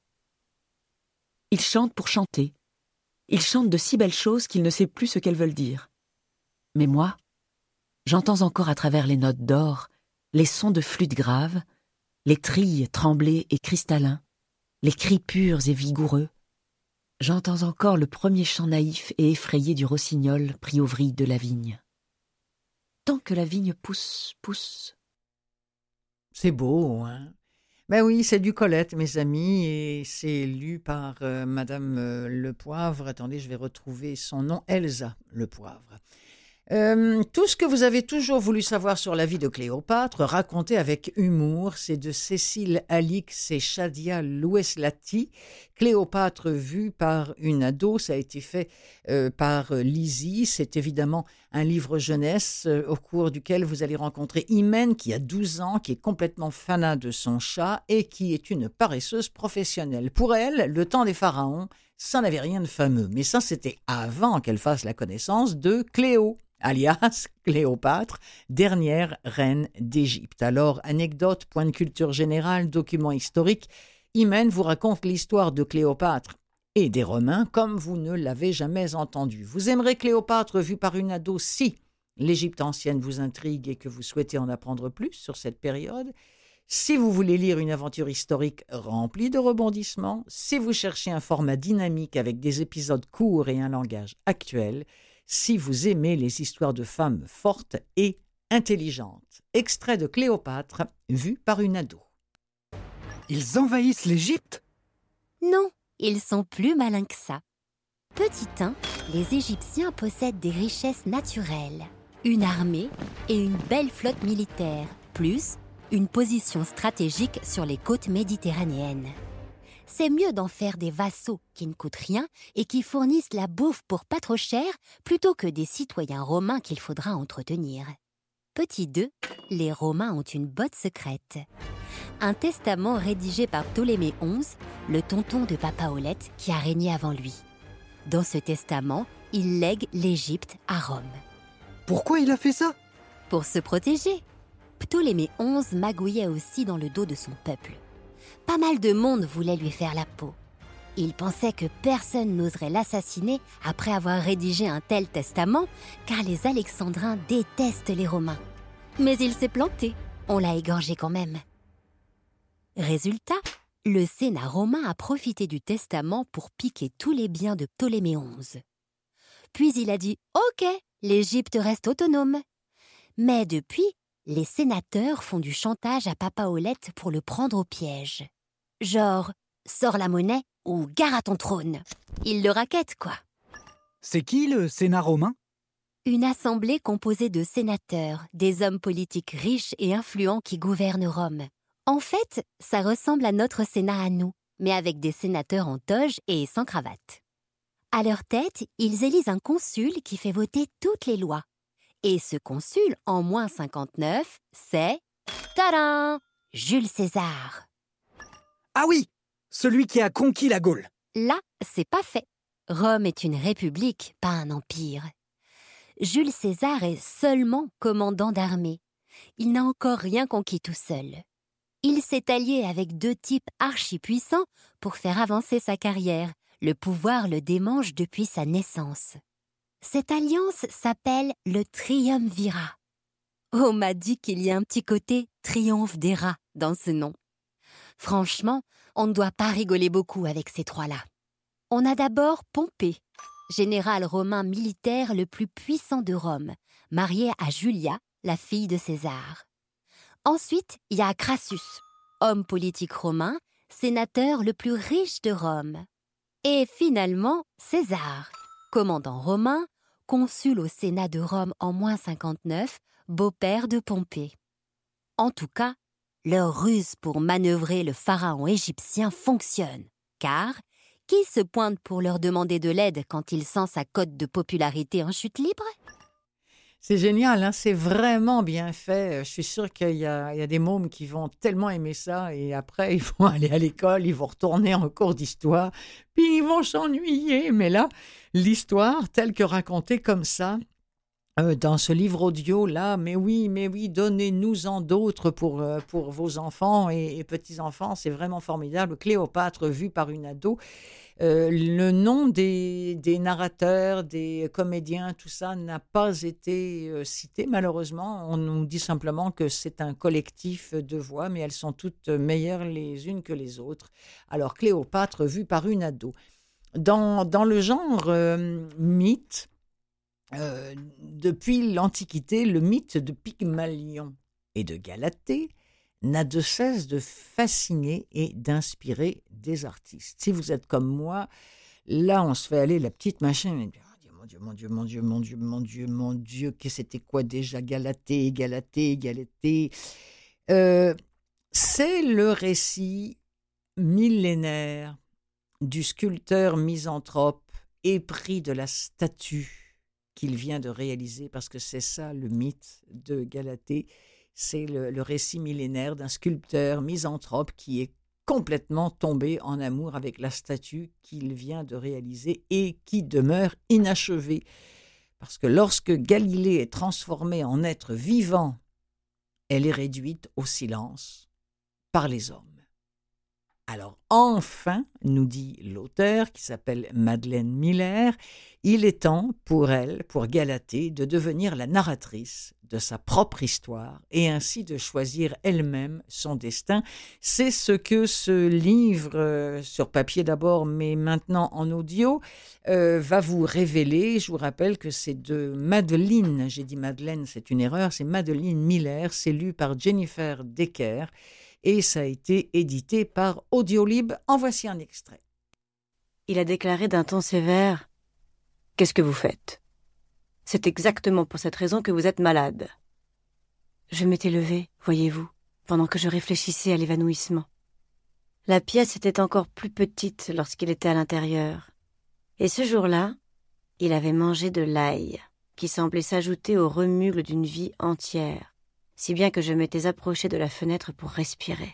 Il chante pour chanter. Il chante de si belles choses qu'il ne sait plus ce qu'elles veulent dire. Mais moi, j'entends encore à travers les notes d'or les sons de flûte grave, les trilles tremblés et cristallins, les cris purs et vigoureux. J'entends encore le premier chant naïf et effrayé du rossignol pris aux vrilles de la vigne. Tant que la vigne pousse, pousse. C'est beau, hein? Ben oui, c'est du Colette, mes amis, et c'est lu par euh, Madame euh, Lepoivre. Attendez, je vais retrouver son nom, Elsa Lepoivre. Euh, tout ce que vous avez toujours voulu savoir sur la vie de Cléopâtre, raconté avec humour, c'est de Cécile Alix et Shadia Loueslati. Cléopâtre vue par une ado, ça a été fait euh, par Lizzie. C'est évidemment un livre jeunesse euh, au cours duquel vous allez rencontrer Imen qui a douze ans, qui est complètement fanat de son chat et qui est une paresseuse professionnelle. Pour elle, le temps des pharaons, ça n'avait rien de fameux. Mais ça, c'était avant qu'elle fasse la connaissance de Cléo, alias Cléopâtre, dernière reine d'Égypte. Alors, anecdote, point de culture générale, document historique, Imen vous raconte l'histoire de Cléopâtre et des Romains comme vous ne l'avez jamais entendu. Vous aimerez Cléopâtre vue par une ado si l'Égypte ancienne vous intrigue et que vous souhaitez en apprendre plus sur cette période. Si vous voulez lire une aventure historique remplie de rebondissements, si vous cherchez un format dynamique avec des épisodes courts et un langage actuel, si vous aimez les histoires de femmes fortes et intelligentes. Extrait de Cléopâtre, vu par une ado. Ils envahissent l'Égypte ? Non, ils sont plus malins que ça. Petit un, les Égyptiens possèdent des richesses naturelles, une armée et une belle flotte militaire, plus une position stratégique sur les côtes méditerranéennes. C'est mieux d'en faire des vassaux qui ne coûtent rien et qui fournissent la bouffe pour pas trop cher plutôt que des citoyens romains qu'il faudra entretenir. Petit deux, les Romains ont une botte secrète. Un testament rédigé par Ptolémée onze, le tonton de Papaolette qui a régné avant lui. Dans ce testament, il lègue l'Égypte à Rome. Pourquoi il a fait ça ? Pour se protéger. Ptolémée onze magouillait aussi dans le dos de son peuple. Pas mal de monde voulait lui faire la peau. Il pensait que personne n'oserait l'assassiner après avoir rédigé un tel testament, car les Alexandrins détestent les Romains. Mais il s'est planté, on l'a égorgé quand même. Résultat, le Sénat romain a profité du testament pour piquer tous les biens de Ptolémée onze. Puis il a dit « Ok, l'Égypte reste autonome ». Mais depuis, les sénateurs font du chantage à Papaolette pour le prendre au piège. Genre, sors la monnaie ou gare à ton trône. Il le raquette, quoi. C'est qui le Sénat romain ? Une assemblée composée de sénateurs, des hommes politiques riches et influents qui gouvernent Rome. En fait, ça ressemble à notre Sénat à nous, mais avec des sénateurs en toge et sans cravate. À leur tête, ils élisent un consul qui fait voter toutes les lois. Et ce consul, en moins cinquante-neuf, c'est... Tadam ! Jules César. Ah oui, celui qui a conquis la Gaule. Là, c'est pas fait. Rome est une république, pas un empire. Jules César est seulement commandant d'armée. Il n'a encore rien conquis tout seul. Il s'est allié avec deux types archi-puissants pour faire avancer sa carrière, Le pouvoir le démange depuis sa naissance. Cette alliance s'appelle le triumvirat. On m'a dit qu'il y a un petit côté triomphe des rats dans ce nom. Franchement, on ne doit pas rigoler beaucoup avec ces trois-là. On a d'abord Pompée, général romain militaire le plus puissant de Rome, marié à Julia, la fille de César. Ensuite, il y a Crassus, homme politique romain, sénateur le plus riche de Rome. Et finalement, César, commandant romain, consul au Sénat de Rome en moins cinquante-neuf, beau-père de Pompée. En tout cas, leur ruse pour manœuvrer le pharaon égyptien fonctionne, car qui se pointe pour leur demander de l'aide quand il sent sa cote de popularité en chute libre? C'est génial, hein? C'est vraiment bien fait. Je suis sûre qu'il y a, il y a des mômes qui vont tellement aimer ça et après, ils vont aller à l'école, ils vont retourner en cours d'histoire, puis ils vont s'ennuyer. Mais là, l'histoire telle que racontée comme ça, euh, dans ce livre audio-là, mais oui, mais oui, donnez-nous-en d'autres pour, euh, pour vos enfants et, et petits-enfants. C'est vraiment formidable. Cléopâtre vue par une ado. Euh, le nom des, des narrateurs, des comédiens, tout ça n'a pas été euh, cité, malheureusement. On nous dit simplement que c'est un collectif de voix, mais elles sont toutes meilleures les unes que les autres. Alors, Cléopâtre vue par une ado. Dans, dans le genre euh, mythe, euh, depuis l'Antiquité, le mythe de Pygmalion et de Galatée n'a de cesse de fasciner et d'inspirer des artistes. Si vous êtes comme moi, là, on se fait aller la petite machine. Mon Dieu, mon Dieu, mon Dieu, mon Dieu, mon Dieu, mon Dieu, que c'était quoi déjà Galatée, Galatée, Galatée. Euh, c'est le récit millénaire du sculpteur misanthrope épris de la statue qu'il vient de réaliser, parce que c'est ça le mythe de Galatée. C'est le, le récit millénaire d'un sculpteur misanthrope qui est complètement tombé en amour avec la statue qu'il vient de réaliser et qui demeure inachevée. Parce que lorsque Galilée est transformée en être vivant, elle est réduite au silence par les hommes. Alors enfin, nous dit l'auteur qui s'appelle Madeleine Miller, il est temps pour elle, pour Galatée, de devenir la narratrice de sa propre histoire et ainsi de choisir elle-même son destin. C'est ce que ce livre, euh, sur papier d'abord, mais maintenant en audio, euh, va vous révéler. Je vous rappelle que c'est de Madeleine, j'ai dit Madeleine, c'est une erreur, c'est Madeleine Miller, c'est lu par Jennifer Decker. Et ça a été édité par Audiolib. En voici un extrait. Il a déclaré d'un ton sévère « Qu'est-ce que vous faites ? C'est exactement pour cette raison que vous êtes malade. » Je m'étais levée, voyez-vous, pendant que je réfléchissais à l'évanouissement. La pièce était encore plus petite lorsqu'il était à l'intérieur. Et ce jour-là, il avait mangé de l'ail, qui semblait s'ajouter au remugles d'une vie entière, si bien que je m'étais approchée de la fenêtre pour respirer.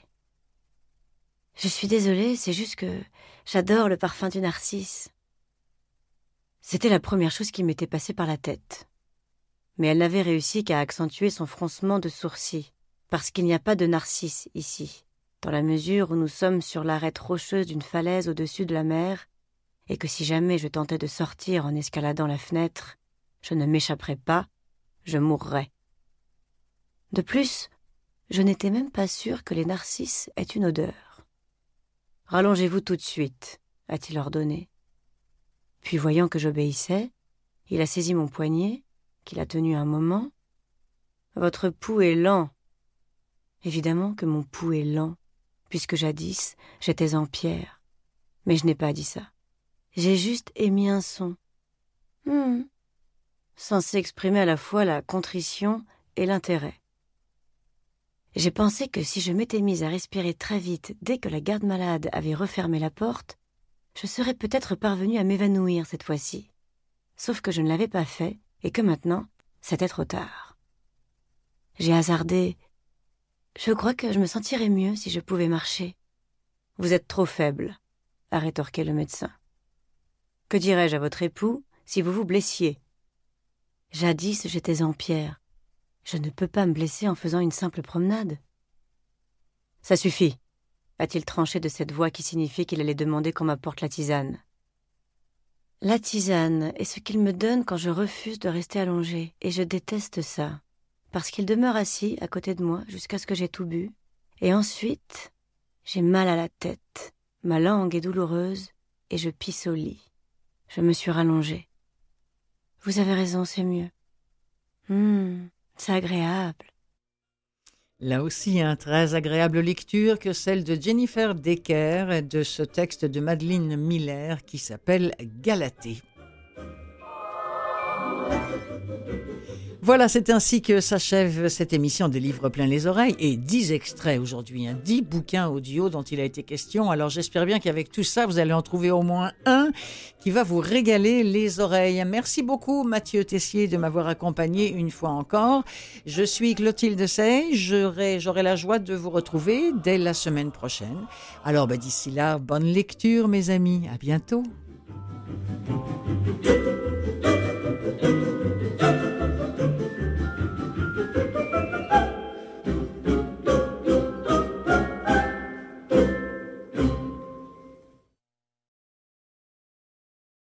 Je suis désolée, c'est juste que j'adore le parfum du narcisse. C'était la première chose qui m'était passée par la tête. Mais elle n'avait réussi qu'à accentuer son froncement de sourcils, parce qu'il n'y a pas de narcisse ici, dans la mesure où nous sommes sur l'arête rocheuse d'une falaise au-dessus de la mer, et que si jamais je tentais de sortir en escaladant la fenêtre, je ne m'échapperais pas, je mourrais. De plus, je n'étais même pas sûre que les narcisses aient une odeur. « Rallongez-vous tout de suite », a-t-il ordonné. Puis, voyant que j'obéissais, il a saisi mon poignet, qu'il a tenu un moment. « Votre pouls est lent. » Évidemment que mon pouls est lent, puisque jadis, j'étais en pierre. Mais je n'ai pas dit ça. J'ai juste émis un son. Hmm. Censé exprimer à la fois la contrition et l'intérêt. J'ai pensé que si je m'étais mise à respirer très vite dès que la garde-malade avait refermé la porte, je serais peut-être parvenue à m'évanouir cette fois-ci. Sauf que je ne l'avais pas fait et que maintenant, c'était trop tard. J'ai hasardé. Je crois que je me sentirais mieux si je pouvais marcher. « Vous êtes trop faible », a rétorqué le médecin. « Que dirais-je à votre époux si vous vous blessiez ? Jadis, j'étais en pierre. Je ne peux pas me blesser en faisant une simple promenade. »« Ça suffit », a-t-il tranché de cette voix qui signifiait qu'il allait demander qu'on m'apporte la tisane. La tisane est ce qu'il me donne quand je refuse de rester allongée, et je déteste ça, parce qu'il demeure assis à côté de moi jusqu'à ce que j'ai tout bu, et ensuite, j'ai mal à la tête, ma langue est douloureuse, et je pisse au lit. Je me suis rallongée. Vous avez raison, c'est mieux. Hum, c'est agréable. Là aussi, une très agréable lecture que celle de Jennifer Decker de ce texte de Madeleine Miller qui s'appelle Galatée. Voilà, c'est ainsi que s'achève cette émission des livres plein les oreilles et dix extraits aujourd'hui, hein, dix bouquins audio dont il a été question. Alors j'espère bien qu'avec tout ça, vous allez en trouver au moins un qui va vous régaler les oreilles. Merci beaucoup Mathieu Tessier de m'avoir accompagné une fois encore. Je suis Clotilde Sey, j'aurai, j'aurai la joie de vous retrouver dès la semaine prochaine. Alors ben, d'ici là, bonne lecture mes amis, à bientôt.